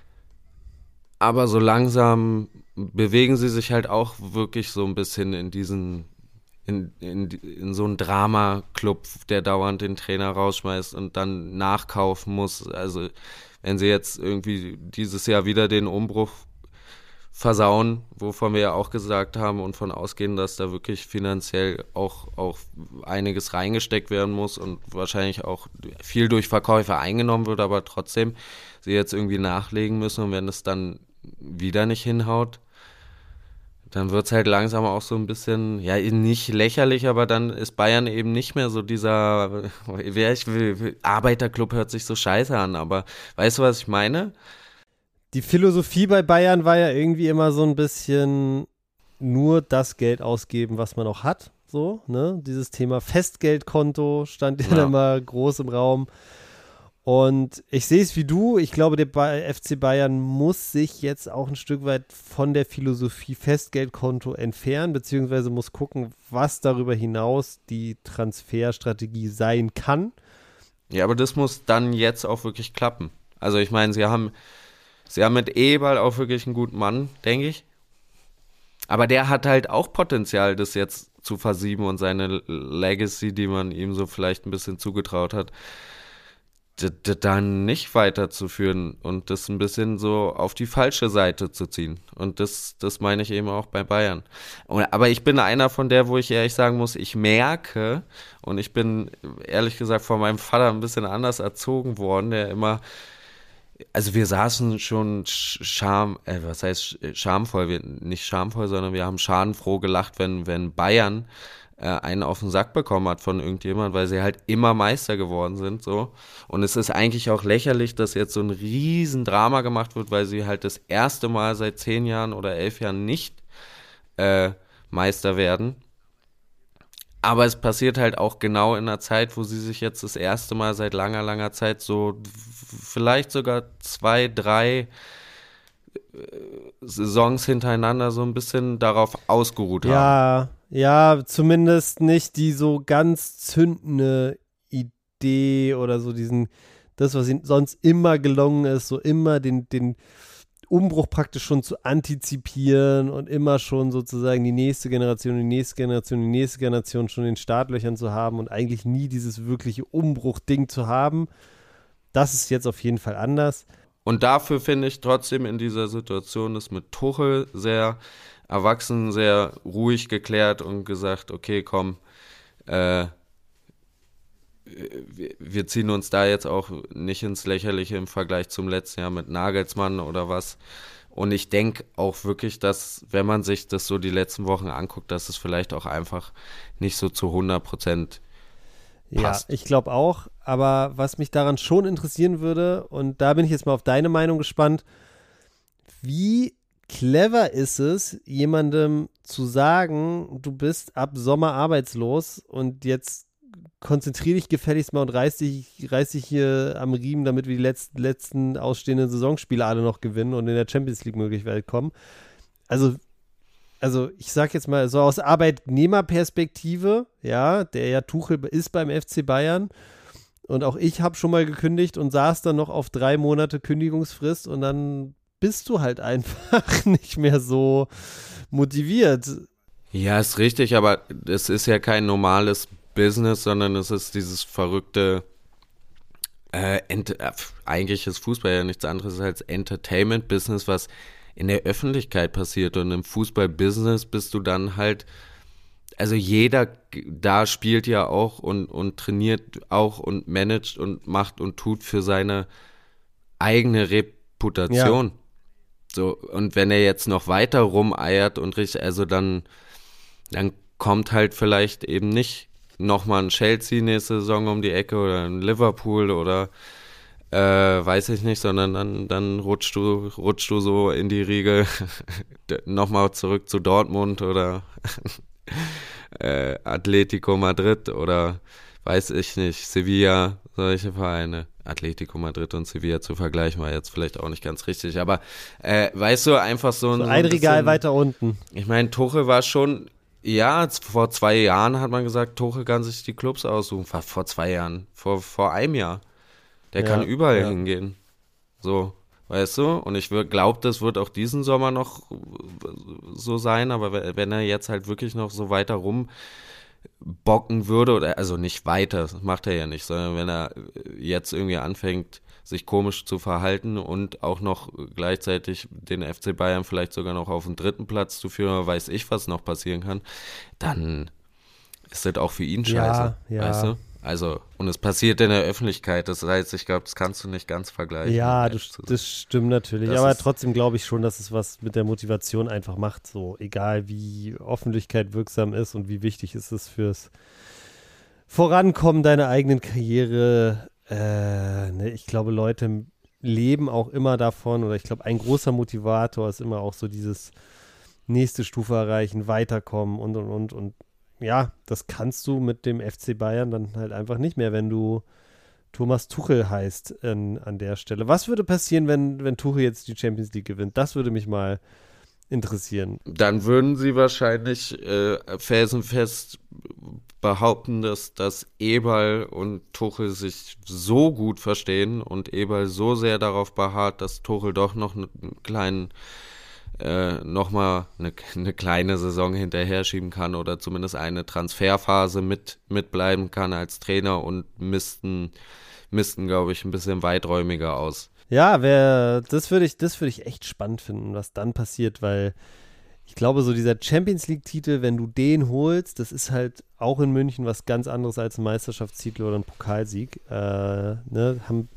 Aber so langsam bewegen sie sich halt auch wirklich so ein bisschen in diesen, in, in, in so einen Drama-Club, der dauernd den Trainer rausschmeißt und dann nachkaufen muss. Also wenn sie jetzt irgendwie dieses Jahr wieder den Umbruch versauen, wovon wir ja auch gesagt haben und von ausgehen, dass da wirklich finanziell auch, auch einiges reingesteckt werden muss und wahrscheinlich auch viel durch Verkäufe eingenommen wird, aber trotzdem sie jetzt irgendwie nachlegen müssen und wenn es dann wieder nicht hinhaut, dann wird es halt langsam auch so ein bisschen, ja, nicht lächerlich, aber dann ist Bayern eben nicht mehr so dieser, wer ich will, Arbeiterclub hört sich so scheiße an, aber weißt du, was ich meine? die Philosophie bei Bayern war ja irgendwie immer so ein bisschen nur das Geld ausgeben, was man auch hat. So, ne? Dieses Thema Festgeldkonto stand ja Ja. dann mal groß im Raum. Und ich sehe es wie du. Ich glaube, der Ba- F C Bayern muss sich jetzt auch ein Stück weit von der Philosophie Festgeldkonto entfernen, beziehungsweise muss gucken, was darüber hinaus die Transferstrategie sein kann. Ja, aber das muss dann jetzt auch wirklich klappen. Also ich meine, sie haben, sie haben mit Eberl auch wirklich einen guten Mann, denke ich. Aber der hat halt auch Potenzial, das jetzt zu versieben und seine Legacy, die man ihm so vielleicht ein bisschen zugetraut hat, d- d- dann nicht weiterzuführen und das ein bisschen so auf die falsche Seite zu ziehen. Und das, das meine ich eben auch bei Bayern. Und, aber ich bin einer von der, wo ich ehrlich sagen muss, ich merke, und ich bin ehrlich gesagt von meinem Vater ein bisschen anders erzogen worden, der immer, also wir saßen schon sch- scham, äh, was heißt sch- schamvoll, wir, nicht schamvoll, sondern wir haben schadenfroh gelacht, wenn, wenn Bayern äh, einen auf den Sack bekommen hat von irgendjemand, weil sie halt immer Meister geworden sind, so. Und es ist eigentlich auch lächerlich, dass jetzt so ein Riesendrama gemacht wird, weil sie halt das erste Mal seit zehn Jahren oder elf Jahren nicht äh, Meister werden. Aber es passiert halt auch genau in einer Zeit, wo sie sich jetzt das erste Mal seit langer, langer Zeit so vielleicht sogar zwei, drei Saisons hintereinander so ein bisschen darauf ausgeruht haben. Ja, ja, zumindest nicht die so ganz zündende Idee oder so diesen das, was ihm sonst immer gelungen ist, so immer den, den Umbruch praktisch schon zu antizipieren und immer schon sozusagen die nächste Generation, die nächste Generation, die nächste Generation schon in den Startlöchern zu haben und eigentlich nie dieses wirkliche Umbruchding zu haben. Das ist jetzt auf jeden Fall anders. Und dafür finde ich trotzdem in dieser Situation ist mit Tuchel sehr erwachsen, sehr ruhig geklärt und gesagt, okay, komm, äh, wir ziehen uns da jetzt auch nicht ins Lächerliche im Vergleich zum letzten Jahr mit Nagelsmann oder was. Und ich denke auch wirklich, dass, wenn man sich das so die letzten Wochen anguckt, dass es vielleicht auch einfach nicht so zu hundert Prozent passt. Ja, ich glaube auch. Aber was mich daran schon interessieren würde, und da bin ich jetzt mal auf deine Meinung gespannt, wie clever ist es, jemandem zu sagen, du bist ab Sommer arbeitslos und jetzt konzentrier dich gefälligst mal und reiß dich, reiß dich hier am Riemen, damit wir die letzten, letzten ausstehenden Saisonspiele alle noch gewinnen und in der Champions League möglicherweise kommen. Also, also ich sag jetzt mal so aus Arbeitnehmerperspektive, ja, der ja Tuchel ist beim F C Bayern und auch ich habe schon mal gekündigt und saß dann noch auf drei Monate Kündigungsfrist und dann bist du halt einfach nicht mehr so motiviert. Ja, ist richtig, aber es ist ja kein normales Business, sondern es ist dieses verrückte, äh, ent- äh, eigentlich ist Fußball ja nichts anderes als Entertainment-Business, was in der Öffentlichkeit passiert, und im Fußball-Business bist du dann halt, also jeder da spielt ja auch und, und trainiert auch und managt und macht und tut für seine eigene Reputation. Ja. So, und wenn er jetzt noch weiter rumeiert und richtig, also dann, dann kommt halt vielleicht eben nicht nochmal ein Chelsea nächste Saison um die Ecke oder ein Liverpool oder äh, weiß ich nicht, sondern dann, dann rutschst du, rutschst du so in die Riege nochmal zurück zu Dortmund oder äh, Atletico Madrid oder weiß ich nicht, Sevilla, solche Vereine. Atletico Madrid und Sevilla zu vergleichen war jetzt vielleicht auch nicht ganz richtig, aber äh, weißt du, einfach so ein, so so ein ein Regal bisschen, weiter unten. Ich meine, Tuchel war schon, ja, vor zwei Jahren hat man gesagt, Tuchel kann sich die Clubs aussuchen. Vor, vor zwei Jahren, vor, vor einem Jahr. Der ja, kann überall ja. hingehen. So, weißt du? Und ich glaube, das wird auch diesen Sommer noch so sein, aber wenn er jetzt halt wirklich noch so weiter rumbocken würde, oder also nicht weiter, das macht er ja nicht, sondern wenn er jetzt irgendwie anfängt, sich komisch zu verhalten und auch noch gleichzeitig den F C Bayern vielleicht sogar noch auf den dritten Platz zu führen, weiß ich, was noch passieren kann, dann ist das auch für ihn scheiße, ja, ja. weißt du? Also, und es passiert in der Öffentlichkeit, das heißt, ich glaube, das kannst du nicht ganz vergleichen. Ja, das, das stimmt natürlich, das aber trotzdem glaube ich schon, dass es was mit der Motivation einfach macht, so egal wie Öffentlichkeit wirksam ist und wie wichtig ist es fürs Vorankommen deiner eigenen Karriere. Äh, ne, ich glaube, Leute leben auch immer davon, oder ich glaube, ein großer Motivator ist immer auch so dieses nächste Stufe erreichen, weiterkommen und, und, und, und ja, das kannst du mit dem F C Bayern dann halt einfach nicht mehr, wenn du Thomas Tuchel heißt in, an der Stelle. Was würde passieren, wenn, wenn Tuchel jetzt die Champions League gewinnt? Das würde mich mal interessieren. Dann würden sie wahrscheinlich äh, felsenfest behaupten, dass, dass Eberl und Tuchel sich so gut verstehen und Eberl so sehr darauf beharrt, dass Tuchel doch noch einen kleinen, äh, nochmal eine, eine kleine Saison hinterher schieben kann oder zumindest eine Transferphase mit mitbleiben kann als Trainer, und missten, missten, glaube ich, ein bisschen weiträumiger aus. Ja, wär, das würde ich, das würde ich echt spannend finden, was dann passiert, weil ich glaube, so dieser Champions League-Titel, wenn du den holst, das ist halt auch in München was ganz anderes als ein Meisterschaftstitel oder ein Pokalsieg. Äh, ne, haben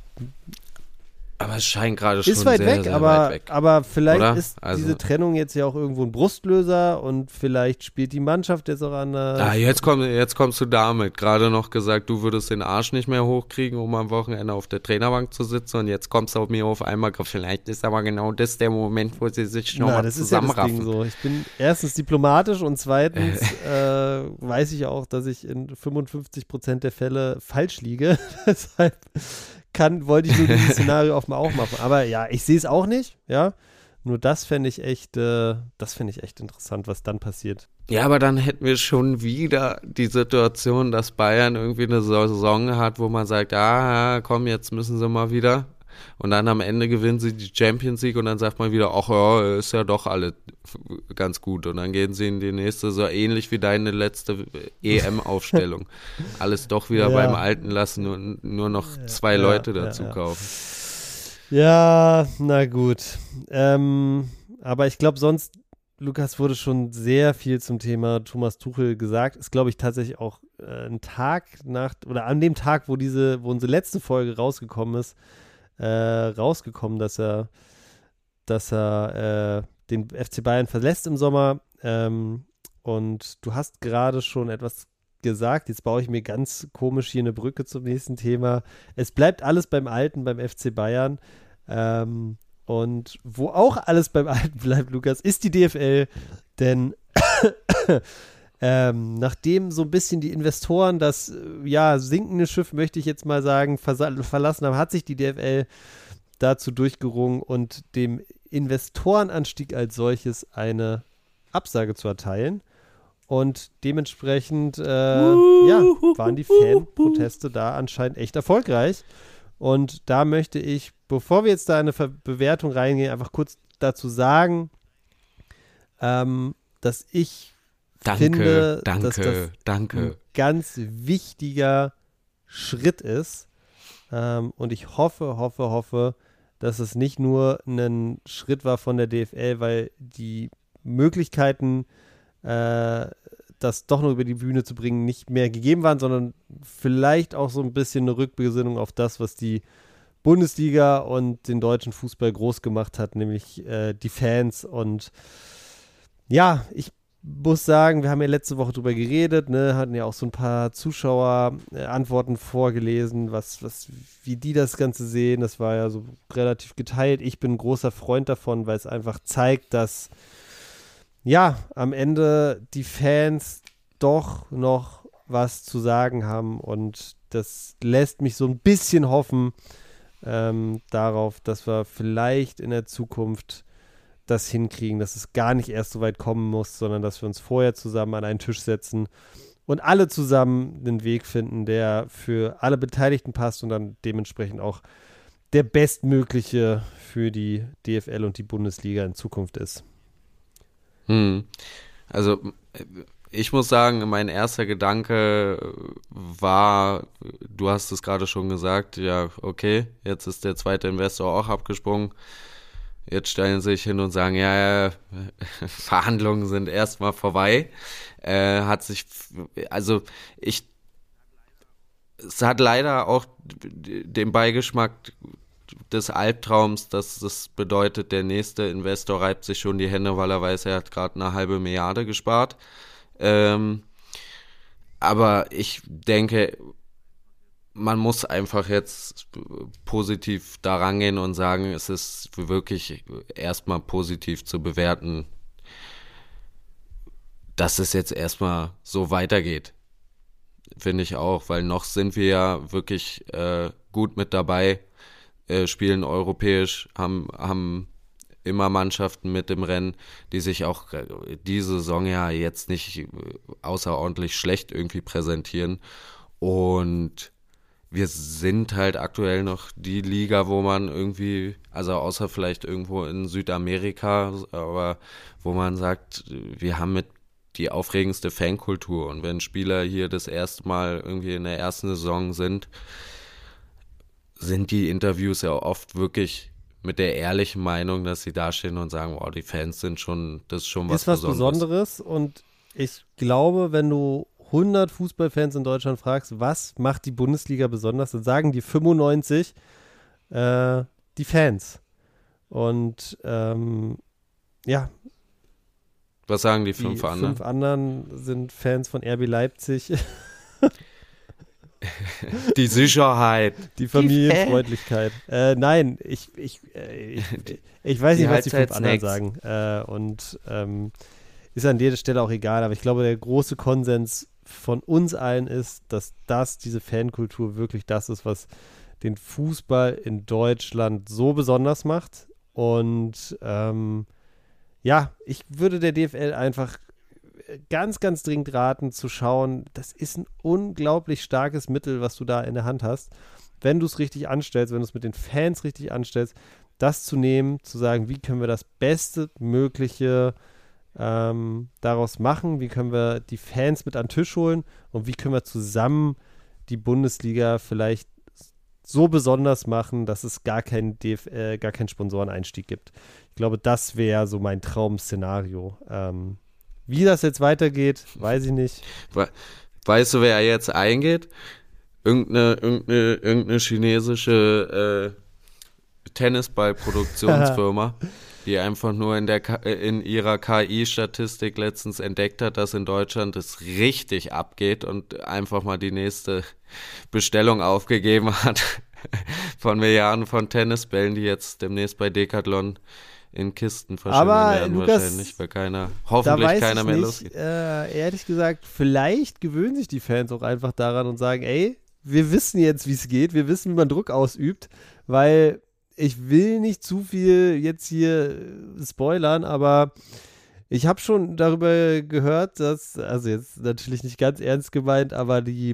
Aber es scheint gerade schon ist weit sehr, weg, sehr aber, weit weg. aber vielleicht Oder? ist Also, diese Trennung jetzt ja auch irgendwo ein Brustlöser und vielleicht spielt die Mannschaft jetzt auch anders. Ah, jetzt, komm, jetzt kommst du damit. Gerade noch gesagt, du würdest den Arsch nicht mehr hochkriegen, um am Wochenende auf der Trainerbank zu sitzen, und jetzt kommst du auf mir auf einmal, vielleicht ist aber genau das der Moment, wo sie sich nochmal zusammenraffen. Das ist ja das Ding so. Ich bin erstens diplomatisch und zweitens äh, weiß ich auch, dass ich in fünfundfünfzig Prozent der Fälle falsch liege. Deshalb kann, wollte ich nur dieses Szenario auf mal auch machen. Aber ja, ich sehe es auch nicht, ja. Nur das fände ich echt, äh, das fände ich echt interessant, was dann passiert. Ja, aber dann hätten wir schon wieder die Situation, dass Bayern irgendwie eine Saison hat, wo man sagt, ah, komm, jetzt müssen sie mal wieder. Und dann am Ende gewinnen sie die Champions League und dann sagt man wieder, ach ja, ist ja doch alle ganz gut. Und dann gehen sie in die nächste, so ähnlich wie deine letzte E M-Aufstellung. Alles doch wieder ja. beim Alten lassen und nur noch zwei ja, Leute ja, dazu ja, ja. kaufen. Ja, na gut. Ähm, aber ich glaube sonst, Lukas, wurde schon sehr viel zum Thema Thomas Tuchel gesagt. Ist, glaube ich, tatsächlich auch äh, ein Tag nach, oder an dem Tag, wo diese, wo unsere letzte Folge rausgekommen ist, äh, rausgekommen, dass er, dass er äh, den F C Bayern verlässt im Sommer. Ähm, und du hast gerade schon etwas gesagt, jetzt baue ich mir ganz komisch hier eine Brücke zum nächsten Thema. Es bleibt alles beim Alten, beim F C Bayern. Ähm, und wo auch alles beim Alten bleibt, Lukas, ist die D F L, denn ähm, nachdem so ein bisschen die Investoren das ja sinkende Schiff, möchte ich jetzt mal sagen, versa- verlassen haben, hat sich die D F L dazu durchgerungen und dem Investorenanstieg als solches eine Absage zu erteilen. Und dementsprechend äh, ja, waren die Fanproteste da anscheinend echt erfolgreich. Und da möchte ich, bevor wir jetzt da in eine Ver- Bewertung reingehen, einfach kurz dazu sagen, ähm, dass ich danke, finde, danke, dass das danke. ein ganz wichtiger Schritt ist. Ähm, und ich hoffe, hoffe, hoffe, dass es nicht nur ein Schritt war von der D F L, weil die Möglichkeiten äh, das doch noch über die Bühne zu bringen, nicht mehr gegeben waren, sondern vielleicht auch so ein bisschen eine Rückbesinnung auf das, was die Bundesliga und den deutschen Fußball groß gemacht hat, nämlich äh, die Fans. Und ja, ich muss sagen, wir haben ja letzte Woche drüber geredet, ne, hatten ja auch so ein paar Zuschauer-Antworten vorgelesen, was, was, wie die das Ganze sehen. Das war ja so relativ geteilt. Ich bin ein großer Freund davon, weil es einfach zeigt, dass ja, am Ende die Fans doch noch was zu sagen haben und das lässt mich so ein bisschen hoffen ähm, darauf, dass wir vielleicht in der Zukunft das hinkriegen, dass es gar nicht erst so weit kommen muss, sondern dass wir uns vorher zusammen an einen Tisch setzen und alle zusammen einen Weg finden, der für alle Beteiligten passt und dann dementsprechend auch der bestmögliche für die D F L und die Bundesliga in Zukunft ist. Hm. Also ich muss sagen, mein erster Gedanke war, du hast es gerade schon gesagt, ja okay, jetzt ist der zweite Investor auch abgesprungen. Jetzt stellen sie sich hin und sagen, ja, ja Verhandlungen sind erstmal vorbei. Äh, hat sich, also ich, es hat leider auch den Beigeschmack des Albtraums, dass das bedeutet, der nächste Investor reibt sich schon die Hände, weil er weiß, er hat gerade eine halbe Milliarde gespart. Ähm, aber ich denke, man muss einfach jetzt positiv da rangehen und sagen, es ist wirklich erstmal positiv zu bewerten, dass es jetzt erstmal so weitergeht. Finde ich auch, weil noch sind wir ja wirklich äh, gut mit dabei, äh, spielen europäisch, haben, haben immer Mannschaften mit im Rennen, die sich auch diese Saison ja jetzt nicht außerordentlich schlecht irgendwie präsentieren. Und wir sind halt aktuell noch die Liga, wo man irgendwie, also außer vielleicht irgendwo in Südamerika, aber wo man sagt, wir haben mit die aufregendste Fankultur. Und wenn Spieler hier das erste Mal irgendwie in der ersten Saison sind, sind die Interviews ja oft wirklich mit der ehrlichen Meinung, dass sie dastehen und sagen, wow, die Fans sind schon, das ist schon was Besonderes. Ist was Besonderes und ich glaube, wenn du hundert Fußballfans in Deutschland fragst, was macht die Bundesliga besonders, dann sagen die fünfundneunzig äh, die Fans. Und ähm, ja. Was sagen die fünf die anderen? Die fünf anderen sind Fans von R B Leipzig. Die Sicherheit. Die Familienfreundlichkeit. Äh, nein, ich, ich, äh, ich, ich weiß nicht, die was die fünf anderen sagen. Äh, und ähm, ist an der Stelle auch egal. Aber ich glaube, der große Konsens von uns allen ist, dass das, diese Fankultur wirklich das ist, was den Fußball in Deutschland so besonders macht. Und ähm, ja, ich würde der D F L einfach ganz, ganz dringend raten, zu schauen, das ist ein unglaublich starkes Mittel, was du da in der Hand hast, wenn du es richtig anstellst, wenn du es mit den Fans richtig anstellst, das zu nehmen, zu sagen, wie können wir das Beste Mögliche ähm, daraus machen, wie können wir die Fans mit an den Tisch holen und wie können wir zusammen die Bundesliga vielleicht so besonders machen, dass es gar keinen D F L, gar keinen Sponsoreneinstieg gibt. Ich glaube, das wäre so mein Traum-Szenario. Ähm, wie das jetzt weitergeht, weiß ich nicht. Weißt du, wer jetzt eingeht? Irgendeine, irgendeine, irgendeine chinesische äh, Tennisball-Produktionsfirma, die einfach nur in, der K- in ihrer K I-Statistik letztens entdeckt hat, dass in Deutschland es richtig abgeht und einfach mal die nächste Bestellung aufgegeben hat von Milliarden von Tennisbällen, die jetzt demnächst bei Decathlon in Kisten verschwinden Aber, werden, Lukas, wahrscheinlich, weil keiner, hoffentlich keiner mehr nicht, losgeht. Äh, ehrlich gesagt, vielleicht gewöhnen sich die Fans auch einfach daran und sagen, ey, wir wissen jetzt, wie es geht, wir wissen, wie man Druck ausübt, weil ich will nicht zu viel jetzt hier spoilern, aber ich habe schon darüber gehört, dass, also jetzt natürlich nicht ganz ernst gemeint, aber die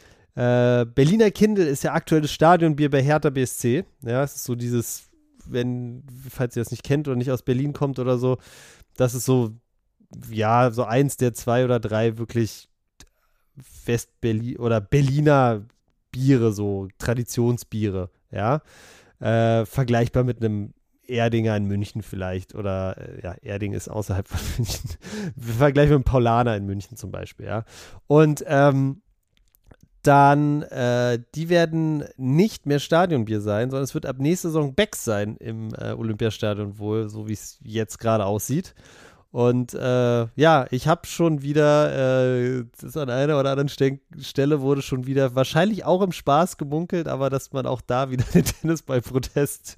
äh, Berliner Kindl ist ja aktuelles Stadionbier bei Hertha B S C. Ja, es ist so dieses, wenn, falls ihr das nicht kennt oder nicht aus Berlin kommt oder so, das ist so, ja, so eins der zwei oder drei wirklich West-Berlin oder Berliner Biere, so Traditionsbiere, ja. Äh, vergleichbar mit einem Erdinger in München vielleicht oder, äh, ja, Erding ist außerhalb von München. Vergleichbar mit einem Paulaner in München zum Beispiel, ja. Und, ähm, dann, äh, die werden nicht mehr Stadionbier sein, sondern es wird ab nächster Saison Becks sein im äh, Olympiastadion wohl, so wie es jetzt gerade aussieht. Und äh, ja, ich habe schon wieder, äh, das an einer oder anderen Ste- Stelle wurde schon wieder, wahrscheinlich auch im Spaß gemunkelt, aber dass man auch da wieder den Tennisball-Protest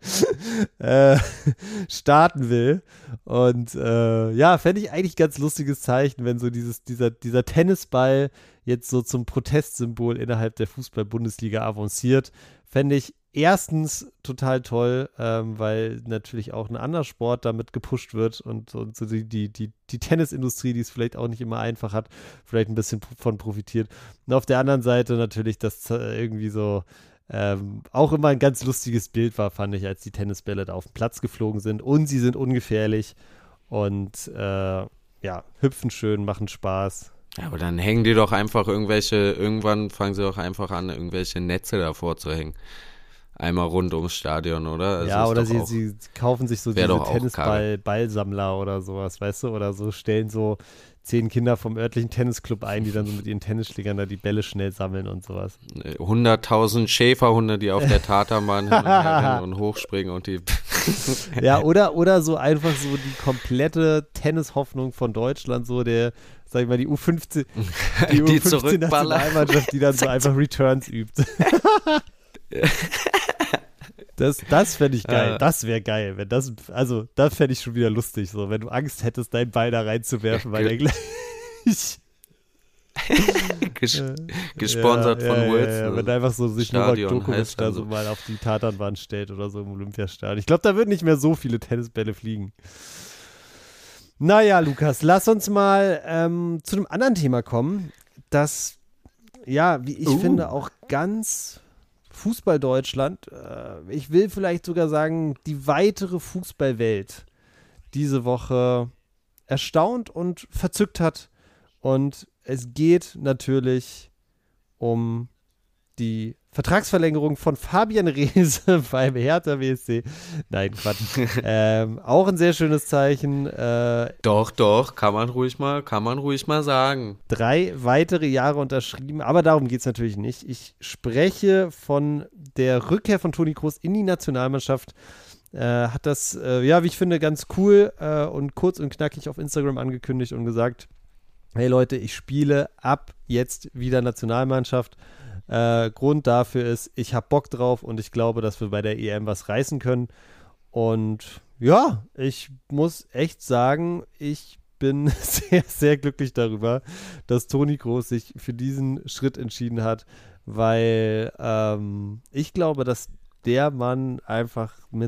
äh, starten will. Und äh, ja, fände ich eigentlich ein ganz lustiges Zeichen, wenn so dieses, dieser, dieser Tennisball jetzt so zum Protestsymbol innerhalb der Fußball-Bundesliga avanciert. Fände ich erstens total toll, ähm, weil natürlich auch ein anderer Sport damit gepusht wird und, und so die, die, die, die Tennisindustrie, die es vielleicht auch nicht immer einfach hat, vielleicht ein bisschen von profitiert. Und auf der anderen Seite natürlich, dass irgendwie so ähm, auch immer ein ganz lustiges Bild war, fand ich, als die Tennisbälle da auf den Platz geflogen sind und sie sind ungefährlich und äh, ja, hüpfen schön, machen Spaß. Ja, aber dann hängen die doch einfach irgendwelche, irgendwann fangen sie doch einfach an, irgendwelche Netze davor zu hängen. Einmal rund ums Stadion, oder? Also ja, oder sie, sie kaufen sich so diese Tennisball-Ballsammler oder sowas, weißt du? Oder so stellen so zehn Kinder vom örtlichen Tennisclub ein, die dann so mit ihren Tennisschlägern da die Bälle schnell sammeln und sowas. hunderttausend Schäferhunde, die auf der Tatanbahn hin und her rennen und hochspringen und die... Ja, oder, oder so einfach so die komplette Tennishoffnung von Deutschland, so der, sag ich mal, die U fünfzehn, die, die U fünfzehn Nationalmannschaft, die dann so einfach Returns übt. Das, das fände ich geil. Das wäre geil. Wenn das, also, das fände ich schon wieder lustig, so, wenn du Angst hättest, deinen Ball da reinzuwerfen, weil der gleich. Ges gesponsert ja, von ja, Wilson. Ja, ja. Wenn einfach so sich Novak Djokovic da so mal auf die Tatanbahn stellt oder so im Olympiastadion. Ich glaube, da würden nicht mehr so viele Tennisbälle fliegen. Naja, Lukas, lass uns mal ähm, zu einem anderen Thema kommen, das, ja, wie ich uh. finde, auch ganz Fußball Deutschland, äh, ich will vielleicht sogar sagen, die weitere Fußballwelt diese Woche erstaunt und verzückt hat. Und es geht natürlich um die Vertragsverlängerung von Fabian Reese beim Hertha B S C. Nein, Quatsch. ähm, auch ein sehr schönes Zeichen. Äh, doch, doch, kann man ruhig mal, kann man ruhig mal sagen. Drei weitere Jahre unterschrieben, aber darum geht es natürlich nicht. Ich spreche von der Rückkehr von Toni Kroos in die Nationalmannschaft. Äh, hat das, äh, ja, wie ich finde, ganz cool äh, und kurz und knackig auf Instagram angekündigt und gesagt, hey Leute, ich spiele ab jetzt wieder Nationalmannschaft. Äh, Grund dafür ist, ich habe Bock drauf und ich glaube, dass wir bei der E M was reißen können. Und ja, ich muss echt sagen, ich bin sehr, sehr glücklich darüber, dass Toni Kroos sich für diesen Schritt entschieden hat, weil ähm, ich glaube, dass der Mann einfach mit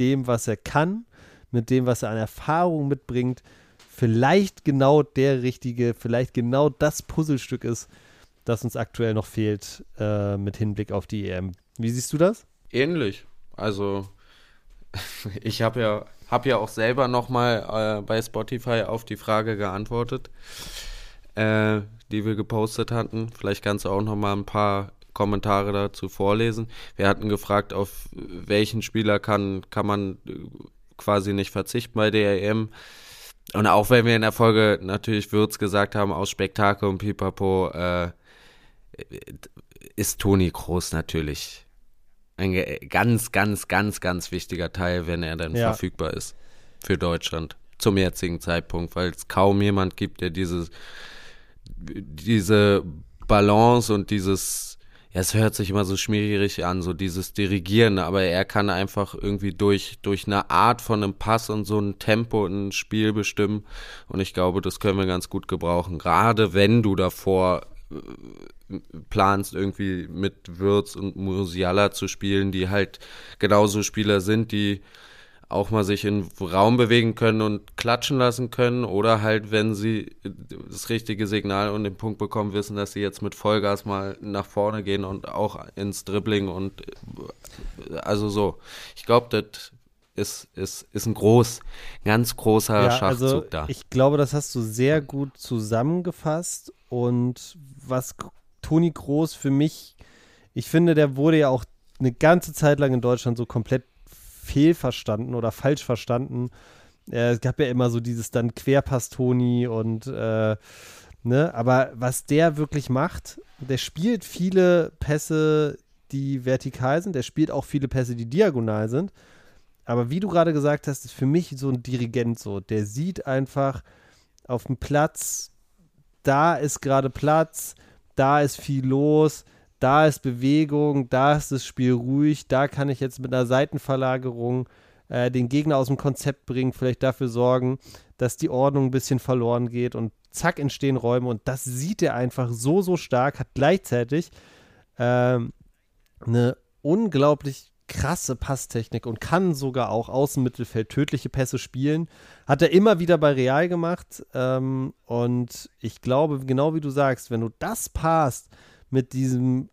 dem, was er kann, mit dem, was er an Erfahrung mitbringt, vielleicht genau der richtige, vielleicht genau das Puzzlestück ist, das uns aktuell noch fehlt äh, mit Hinblick auf die E M. Wie siehst du das? Ähnlich. Also ich habe ja, hab ja auch selber nochmal äh, bei Spotify auf die Frage geantwortet, äh, die wir gepostet hatten. Vielleicht kannst du auch nochmal ein paar Kommentare dazu vorlesen. Wir hatten gefragt, auf welchen Spieler kann, kann man quasi nicht verzichten bei der E M. Und auch wenn wir in der Folge natürlich Würz gesagt haben, aus Spektakel und Pipapo, äh, ist Toni Kroos natürlich ein ganz, ganz, ganz, ganz wichtiger Teil, wenn er dann ja. verfügbar ist für Deutschland zum jetzigen Zeitpunkt, weil es kaum jemand gibt, der dieses, diese Balance und dieses, ja, es hört sich immer so schmierig an, so dieses Dirigieren, aber er kann einfach irgendwie durch, durch eine Art von einem Pass und so ein Tempo ein Spiel bestimmen und ich glaube, das können wir ganz gut gebrauchen, gerade wenn du davor planst, irgendwie mit Würz und Musiala zu spielen, die halt genauso Spieler sind, die auch mal sich in Raum bewegen können und klatschen lassen können oder halt, wenn sie das richtige Signal und den Punkt bekommen, wissen, dass sie jetzt mit Vollgas mal nach vorne gehen und auch ins Dribbling und also so. Ich glaube, das ist, ist, ist ein groß, ganz großer ja, Schachzug also da. Ich glaube, das hast du sehr gut zusammengefasst und was Toni Kroos für mich, ich finde, der wurde ja auch eine ganze Zeit lang in Deutschland so komplett fehlverstanden oder falsch verstanden. Äh, es gab ja immer so dieses dann Querpass-Toni und äh, ne, aber was der wirklich macht, der spielt viele Pässe, die vertikal sind, der spielt auch viele Pässe, die diagonal sind, aber wie du gerade gesagt hast, ist für mich so ein Dirigent so, der sieht einfach auf dem Platz, da ist gerade Platz, da ist viel los, da ist Bewegung, da ist das Spiel ruhig, da kann ich jetzt mit einer Seitenverlagerung äh, den Gegner aus dem Konzept bringen, vielleicht dafür sorgen, dass die Ordnung ein bisschen verloren geht und zack, entstehen Räume und das sieht er einfach so, so stark, hat gleichzeitig ähm, eine unglaublich krasse Passtechnik und kann sogar auch Außenmittelfeld tödliche Pässe spielen. Hat er immer wieder bei Real gemacht ähm, und ich glaube, genau wie du sagst, wenn du das passt mit diesem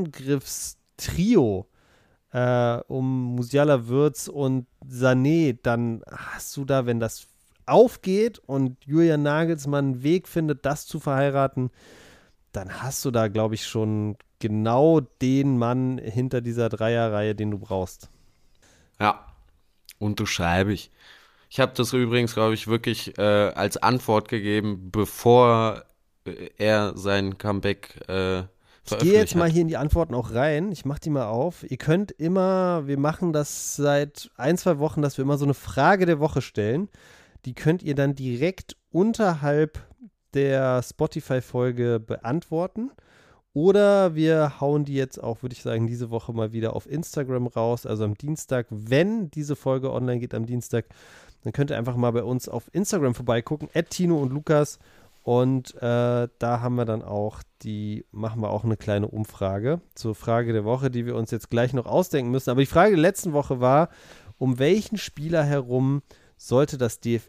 Angriffstrio äh, um Musiala, Würz und Sané, dann hast du da, wenn das aufgeht und Julian Nagelsmann einen Weg findet, das zu verheiraten, dann hast du da, glaube ich, schon genau den Mann hinter dieser Dreierreihe, den du brauchst. Ja, unterschreibe ich. Ich habe das übrigens, glaube ich, wirklich äh, als Antwort gegeben, bevor äh, er sein Comeback äh, Ich gehe jetzt hat. mal hier in die Antworten auch rein. Ich mache die mal auf. Ihr könnt immer, wir machen das seit ein, zwei Wochen, dass wir immer so eine Frage der Woche stellen. Die könnt ihr dann direkt unterhalb der Spotify-Folge beantworten. Oder wir hauen die jetzt auch, würde ich sagen, diese Woche mal wieder auf Instagram raus, also am Dienstag. Wenn diese Folge online geht am Dienstag, dann könnt ihr einfach mal bei uns auf Instagram vorbeigucken, at Tino und Lukas. Und äh, da haben wir dann auch die, machen wir auch eine kleine Umfrage zur Frage der Woche, die wir uns jetzt gleich noch ausdenken müssen. Aber die Frage der letzten Woche war, um welchen Spieler herum sollte das D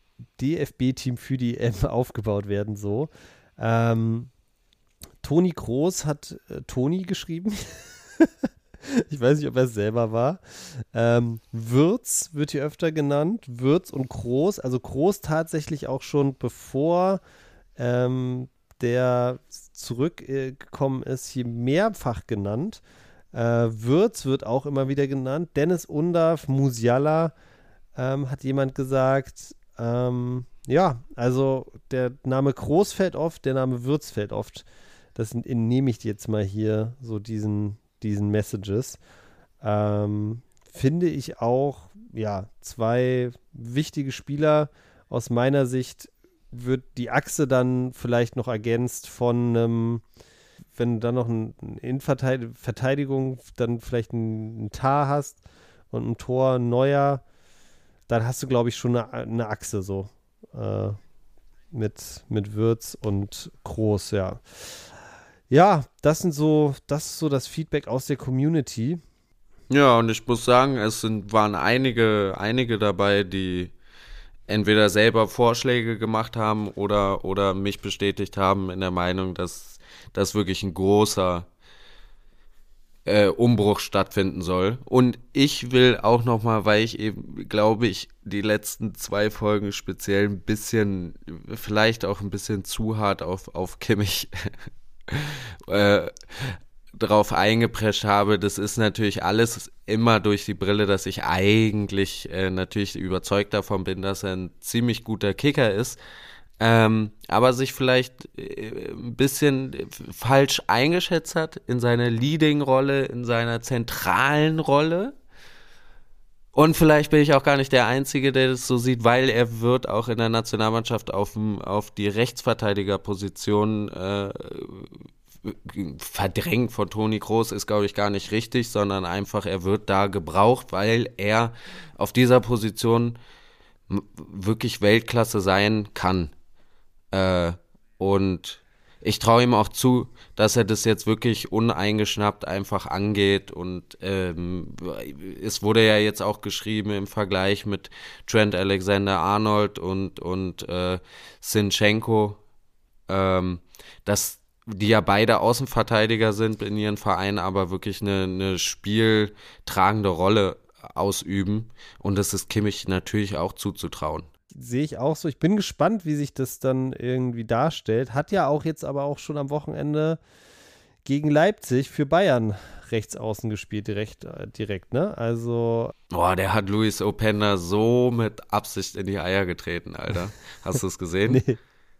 F B-Team für die E M aufgebaut werden, so. Ähm, Toni Kroos hat äh, Toni geschrieben. Ich weiß nicht, ob er es selber war. Ähm, Würz wird hier öfter genannt. Würz und Kroos. Also Kroos tatsächlich auch schon bevor ähm, der zurückgekommen äh, ist, hier mehrfach genannt. Äh, Würz wird auch immer wieder genannt. Dennis Undav, Musiala ähm, hat jemand gesagt. Ähm, ja, also der Name Kroos fällt oft, der Name Würz fällt oft. Das nehme ich jetzt mal hier, so diesen, diesen Messages. Ähm, finde ich auch, ja, zwei wichtige Spieler. Aus meiner Sicht wird die Achse dann vielleicht noch ergänzt von einem, wenn du dann noch eine Innenverteidigung, dann vielleicht ein Tar hast und ein Tor, ein Neuer, dann hast du, glaube ich, schon eine, eine Achse so äh, mit, mit Würz und Kroos, ja. Ja, das sind so, das ist so das Feedback aus der Community. Ja, und ich muss sagen, es sind, waren einige, einige dabei, die entweder selber Vorschläge gemacht haben oder, oder mich bestätigt haben in der Meinung, dass das wirklich ein großer äh, Umbruch stattfinden soll. Und ich will auch nochmal, weil ich eben, glaube ich, die letzten zwei Folgen speziell ein bisschen, vielleicht auch ein bisschen zu hart auf, auf Kimmich äh, drauf eingeprescht habe. Das ist natürlich alles immer durch die Brille, dass ich eigentlich äh, natürlich überzeugt davon bin, dass er ein ziemlich guter Kicker ist, ähm, aber sich vielleicht äh, ein bisschen falsch eingeschätzt hat in seiner Leading-Rolle, in seiner zentralen Rolle. Und vielleicht bin ich auch gar nicht der Einzige, der das so sieht, weil er wird auch in der Nationalmannschaft auf, auf die Rechtsverteidigerposition äh, verdrängt von Toni Kroos, ist, glaube ich, gar nicht richtig, sondern einfach, er wird da gebraucht, weil er auf dieser Position wirklich Weltklasse sein kann. Äh, und ich traue ihm auch zu, dass er das jetzt wirklich uneingeschnappt einfach angeht. Und ähm, es wurde ja jetzt auch geschrieben im Vergleich mit Trent Alexander-Arnold und, und äh, Zinchenko, ähm, dass die ja beide Außenverteidiger sind in ihren Vereinen, aber wirklich eine, eine spieltragende Rolle ausüben. Und das ist Kimmich natürlich auch zuzutrauen. Sehe ich auch so. Ich bin gespannt, wie sich das dann irgendwie darstellt. Hat ja auch jetzt aber auch schon am Wochenende gegen Leipzig für Bayern rechts außen gespielt, direkt, direkt, ne? Also. Boah, der hat Luis Openda so mit Absicht in die Eier getreten, Alter. Hast du es gesehen? Nee.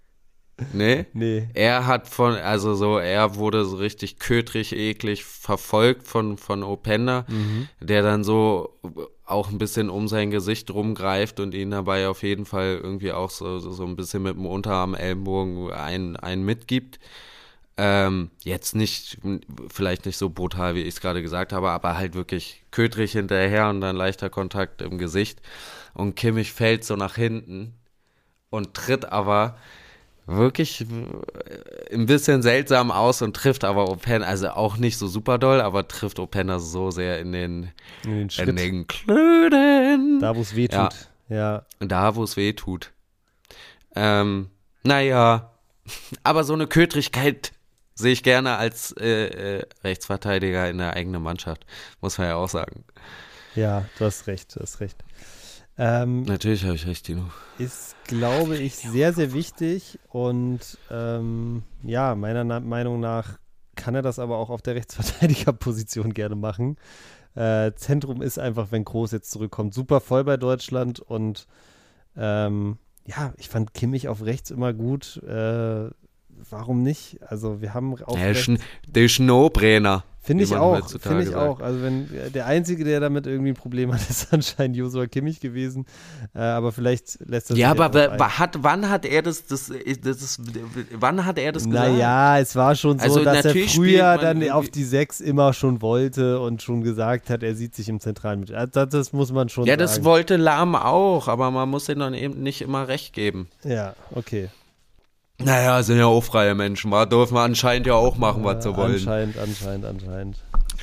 Nee? Nee. Er hat von, also so, er wurde so richtig ködrig, eklig verfolgt von, von Openda, mhm. der dann so auch ein bisschen um sein Gesicht rumgreift und ihn dabei auf jeden Fall irgendwie auch so, so, so ein bisschen mit dem Unterarm, Ellenbogen einen, einen mitgibt. Ähm, jetzt nicht, vielleicht nicht so brutal, wie ich es gerade gesagt habe, aber halt wirklich ködrig hinterher und dann leichter Kontakt im Gesicht. Und Kimmich fällt so nach hinten und tritt aber wirklich ein bisschen seltsam aus und trifft aber Openda, also auch nicht so super doll, aber trifft Openda so sehr in den, in den, Schritt. In den Klöden. Da, wo es weh tut. Ja. ja. Da, wo es weh tut. Ähm, naja, aber so eine Ködrigkeit sehe ich gerne als äh, äh, Rechtsverteidiger in der eigenen Mannschaft, muss man ja auch sagen. Ja, du hast recht, du hast recht. Ähm, Natürlich habe ich recht, Tino. Ist, glaube ich, sehr, sehr wichtig und ähm, ja, meiner Na- Meinung nach kann er das aber auch auf der Rechtsverteidigerposition gerne machen. Äh, Zentrum ist einfach, wenn Kroos jetzt zurückkommt, super voll bei Deutschland und ähm, ja, ich fand Kimmich auf rechts immer gut. Äh, warum nicht? Also wir haben auch der, Schn- der Schnobrenner. Finde ich auch, finde ich auch. Also wenn der Einzige, der damit irgendwie ein Problem hat, ist anscheinend Joshua Kimmich gewesen. Äh, aber vielleicht lässt er sich ja, aber w- hat, wann hat er das, das, das ist, wann hat er das gesagt? Naja, es war schon so, also dass er früher dann irgendwie auf die sechs immer schon wollte und schon gesagt hat, er sieht sich im zentralen Mittel. Also das, das muss man schon ja, sagen. Ja, das wollte Lahm auch, aber man muss ihm dann eben nicht immer recht geben. Ja, okay. Naja, sind ja auch freie Menschen, man dürfen wir anscheinend ja auch machen, was sie wollen. Anscheinend, anscheinend, anscheinend.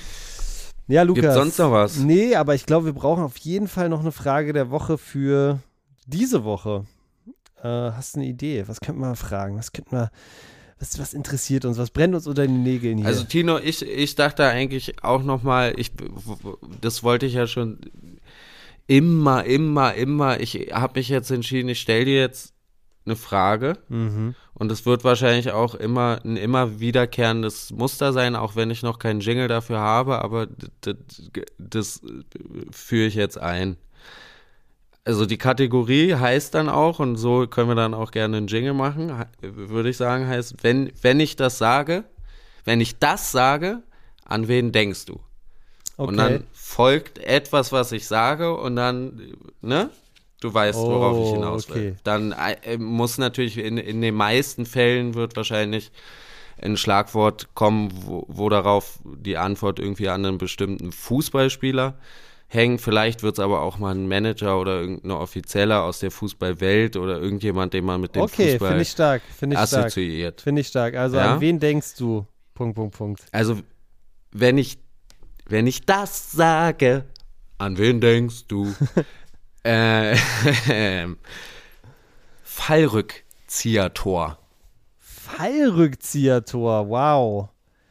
Ja, Lukas. Gibt sonst noch was? Nee, aber ich glaube, wir brauchen auf jeden Fall noch eine Frage der Woche für diese Woche. Äh, hast du eine Idee? Was könnten wir fragen? Was könnten wir, was, was interessiert uns? Was brennt uns unter den Nägeln hier? Also Tino, ich, ich dachte eigentlich auch nochmal, ich, das wollte ich ja schon immer, immer, immer, ich habe mich jetzt entschieden, ich stelle dir jetzt eine Frage mhm. und es wird wahrscheinlich auch immer ein immer wiederkehrendes Muster sein, auch wenn ich noch keinen Jingle dafür habe, aber das, das führe ich jetzt ein. Also die Kategorie heißt dann auch, und so können wir dann auch gerne einen Jingle machen, würde ich sagen, heißt, wenn, wenn ich das sage, wenn ich das sage, an wen denkst du? Okay. Und dann folgt etwas, was ich sage und dann, ne? Du weißt, worauf oh, ich hinaus will. Okay. Dann äh, muss natürlich, in, in den meisten Fällen wird wahrscheinlich ein Schlagwort kommen, wo, wo darauf die Antwort irgendwie an einen bestimmten Fußballspieler hängt. Vielleicht wird es aber auch mal ein Manager oder irgendein Offizieller aus der Fußballwelt oder irgendjemand, den man mit dem okay, Fußball finde ich stark, finde ich assoziiert. Finde ich stark. Also ja? an wen denkst du? Punkt, Punkt, Punkt. Also wenn ich wenn ich das sage, an wen denkst du? äh, Fallrückzieher-Tor. Fallrückzieher-Tor, wow.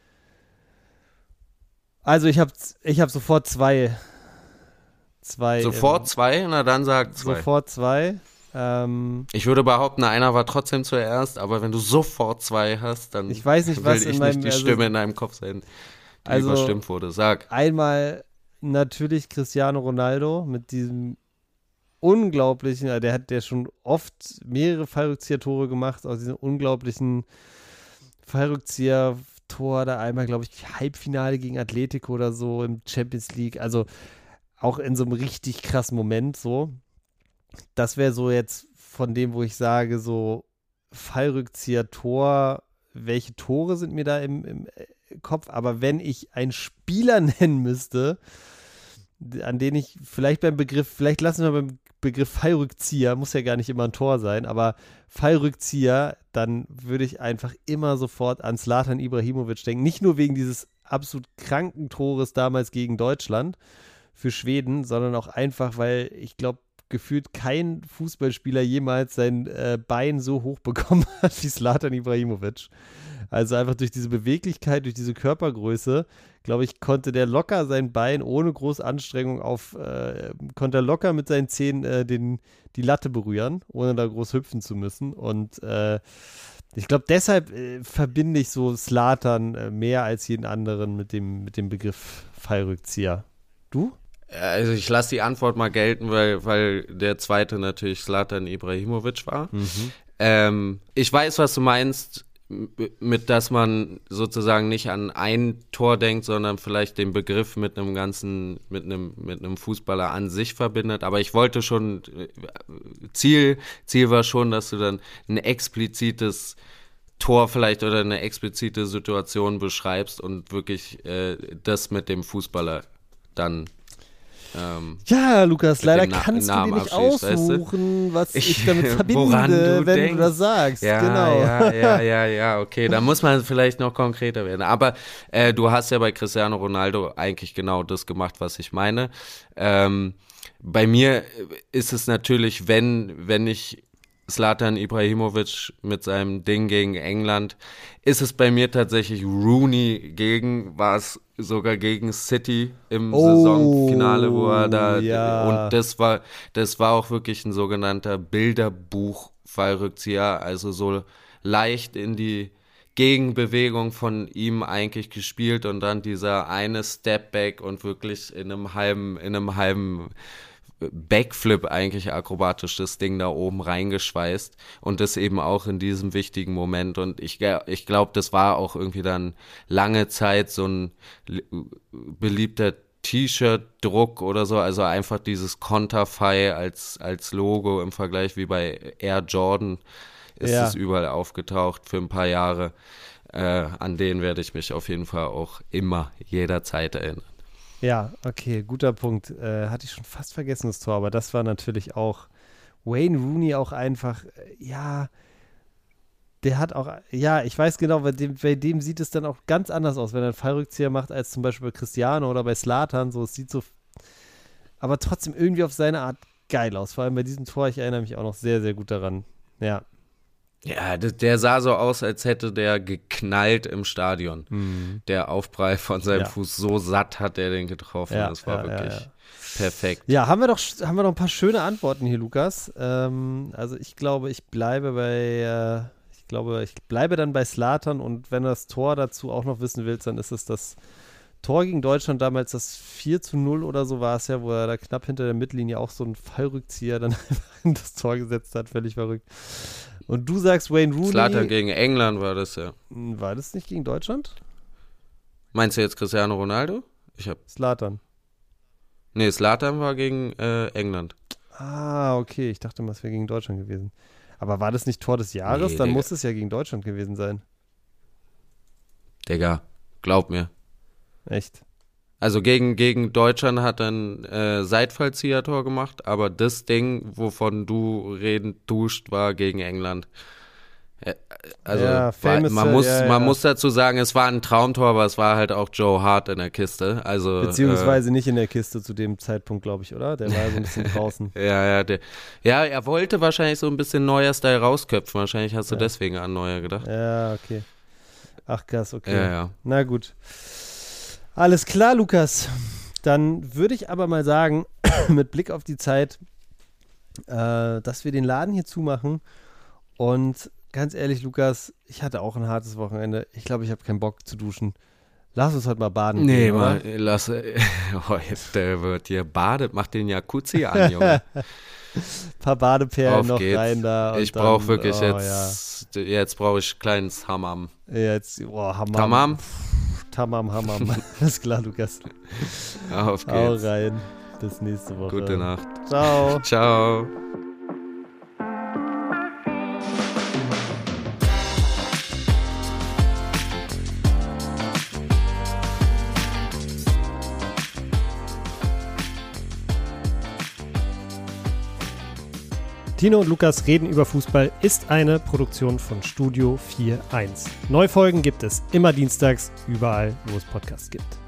Also ich habe ich hab sofort zwei. zwei Sofort ähm, zwei? Na dann sag zwei. Sofort zwei. Ähm, ich würde behaupten, einer war trotzdem zuerst, aber wenn du sofort zwei hast, dann ich weiß nicht, will was ich in meinem, nicht die also, Stimme in deinem Kopf sein, die also überstimmt wurde. Sag. Einmal natürlich Cristiano Ronaldo mit diesem unglaublichen, der hat ja schon oft mehrere Fallrückzieher-Tore gemacht, aus diesem unglaublichen Fallrückzieher-Tor, da einmal, glaube ich, Halbfinale gegen Atletico oder so im Champions League, also auch in so einem richtig krassen Moment so. Das wäre so jetzt von dem, wo ich sage, so Fallrückzieher-Tor, welche Tore sind mir da im, im Kopf, aber wenn ich einen Spieler nennen müsste, an den ich vielleicht beim Begriff, vielleicht lassen wir beim Begriff Fallrückzieher, muss ja gar nicht immer ein Tor sein, aber Fallrückzieher, dann würde ich einfach immer sofort an Zlatan Ibrahimovic denken. Nicht nur wegen dieses absolut kranken Tores damals gegen Deutschland für Schweden, sondern auch einfach, weil ich glaube, gefühlt kein Fußballspieler jemals sein äh, Bein so hoch bekommen hat wie Zlatan Ibrahimovic. Also einfach durch diese Beweglichkeit, durch diese Körpergröße, glaube ich, konnte der locker sein Bein ohne große Anstrengung auf, äh, konnte er locker mit seinen Zehen äh, den, die Latte berühren, ohne da groß hüpfen zu müssen. Und äh, ich glaube, deshalb äh, verbinde ich so Zlatan äh, mehr als jeden anderen mit dem, mit dem Begriff Fallrückzieher. Du? Also ich lasse die Antwort mal gelten, weil, weil der zweite natürlich Zlatan Ibrahimovic war. Mhm. Ähm, ich weiß, was du meinst, mit dass man sozusagen nicht an ein Tor denkt, sondern vielleicht den Begriff mit einem ganzen, mit einem, mit einem Fußballer an sich verbindet. Aber ich wollte schon, Ziel, Ziel war schon, dass du dann ein explizites Tor vielleicht oder eine explizite Situation beschreibst und wirklich äh, das mit dem Fußballer dann Ähm, ja, Lukas, leider Na- kannst Namen du dir nicht abschließt, aussuchen, was ich, Ich- damit verbinde, woran du wenn denkst. du das sagst. Ja, genau. ja, ja, ja, ja, okay, da muss man vielleicht noch konkreter werden. Aber äh, du hast ja bei Cristiano Ronaldo eigentlich genau das gemacht, was ich meine. Ähm, bei mir ist es natürlich, wenn, wenn ich Zlatan Ibrahimovic mit seinem Ding gegen England, ist es bei mir tatsächlich Rooney gegen, war es sogar gegen City im Oh, Saisonfinale, wo er da, ja. und das war, das war auch wirklich ein sogenannter Bilderbuch-Fallrückzieher, also so leicht in die Gegenbewegung von ihm eigentlich gespielt und dann dieser eine Stepback und wirklich in einem halben, in einem halben Backflip eigentlich akrobatisch das Ding da oben reingeschweißt und das eben auch in diesem wichtigen Moment und ich, ich glaube, das war auch irgendwie dann lange Zeit so ein beliebter T-Shirt-Druck oder so, also einfach dieses Konterfei als, als Logo im Vergleich wie bei Air Jordan ist Ja. es überall aufgetaucht für ein paar Jahre, äh, an den werde ich mich auf jeden Fall auch immer, jederzeit erinnern. Ja, okay, guter Punkt. Äh, hatte ich schon fast vergessen, das Tor, aber das war natürlich auch Wayne Rooney auch einfach, äh, ja, der hat auch, ja, ich weiß genau, bei dem, bei dem sieht es dann auch ganz anders aus, wenn er einen Fallrückzieher macht, als zum Beispiel bei Cristiano oder bei Zlatan, so, es sieht so, aber trotzdem irgendwie auf seine Art geil aus, vor allem bei diesem Tor, ich erinnere mich auch noch sehr, sehr gut daran, ja. Ja, der, der sah so aus, als hätte der geknallt im Stadion. Mhm. Der Aufprall von seinem Ja. Fuß, so satt hat er den getroffen. Ja, das war ja, ja, wirklich ja. perfekt. Ja, haben wir doch haben wir noch ein paar schöne Antworten hier, Lukas. Ähm, also ich glaube, ich bleibe bei, äh, ich glaube, ich bleibe dann bei Zlatan und wenn du das Tor dazu auch noch wissen willst, dann ist es das Tor gegen Deutschland damals, das vier zu null oder so war es ja, wo er da knapp hinter der Mittellinie auch so einen Fallrückzieher dann einfach in das Tor gesetzt hat, völlig verrückt. Und du sagst Wayne Rooney. Zlatan gegen England war das ja. War das nicht gegen Deutschland? Meinst du jetzt Cristiano Ronaldo? Ich hab. Zlatan. Nee, Zlatan war gegen äh, England. Ah, okay. Ich dachte mal, es wäre gegen Deutschland gewesen. Aber war das nicht Tor des Jahres? Nee, Dann Digga. muss es ja gegen Deutschland gewesen sein. Digga, glaub mir. Echt? Also gegen, gegen Deutschland hat er ein äh, Seitfallzieher-Tor gemacht, aber das Ding, wovon du reden tust, war gegen England. Also ja, war, man, muss, ja, ja. man muss dazu sagen, es war ein Traumtor, aber es war halt auch Joe Hart in der Kiste. Also, Beziehungsweise äh, nicht in der Kiste zu dem Zeitpunkt, glaube ich, oder? Der war so ein bisschen draußen. ja, ja, der, ja, er wollte wahrscheinlich so ein bisschen Neuer-Style rausköpfen. Wahrscheinlich hast du ja. deswegen an Neuer gedacht. Ja, okay. Ach krass, okay. Ja, ja. Na gut. Alles klar, Lukas. Dann würde ich aber mal sagen, mit Blick auf die Zeit, äh, dass wir den Laden hier zumachen. Und ganz ehrlich, Lukas, ich hatte auch ein hartes Wochenende. Ich glaube, ich habe keinen Bock zu duschen. Lass uns heute mal baden Nee, gehen, mal, oder? lass, heute wird hier badet, mach den Jacuzzi an, Junge. Ein paar Badeperlen Auf noch geht's. rein da. Und Ich brauche dann, wirklich oh, jetzt, jetzt brauche ich kleines Hammam. Ja. Jetzt, boah, Hammam. Tamam? Tamam, Hammam. Alles klar, Lukas. Auf Hau geht's. rein. Bis nächste Woche. Gute Nacht. Ciao. Ciao. Tino und Lukas reden über Fußball ist eine Produktion von Studio vier eins. Neufolgen gibt es immer dienstags, überall, wo es Podcasts gibt.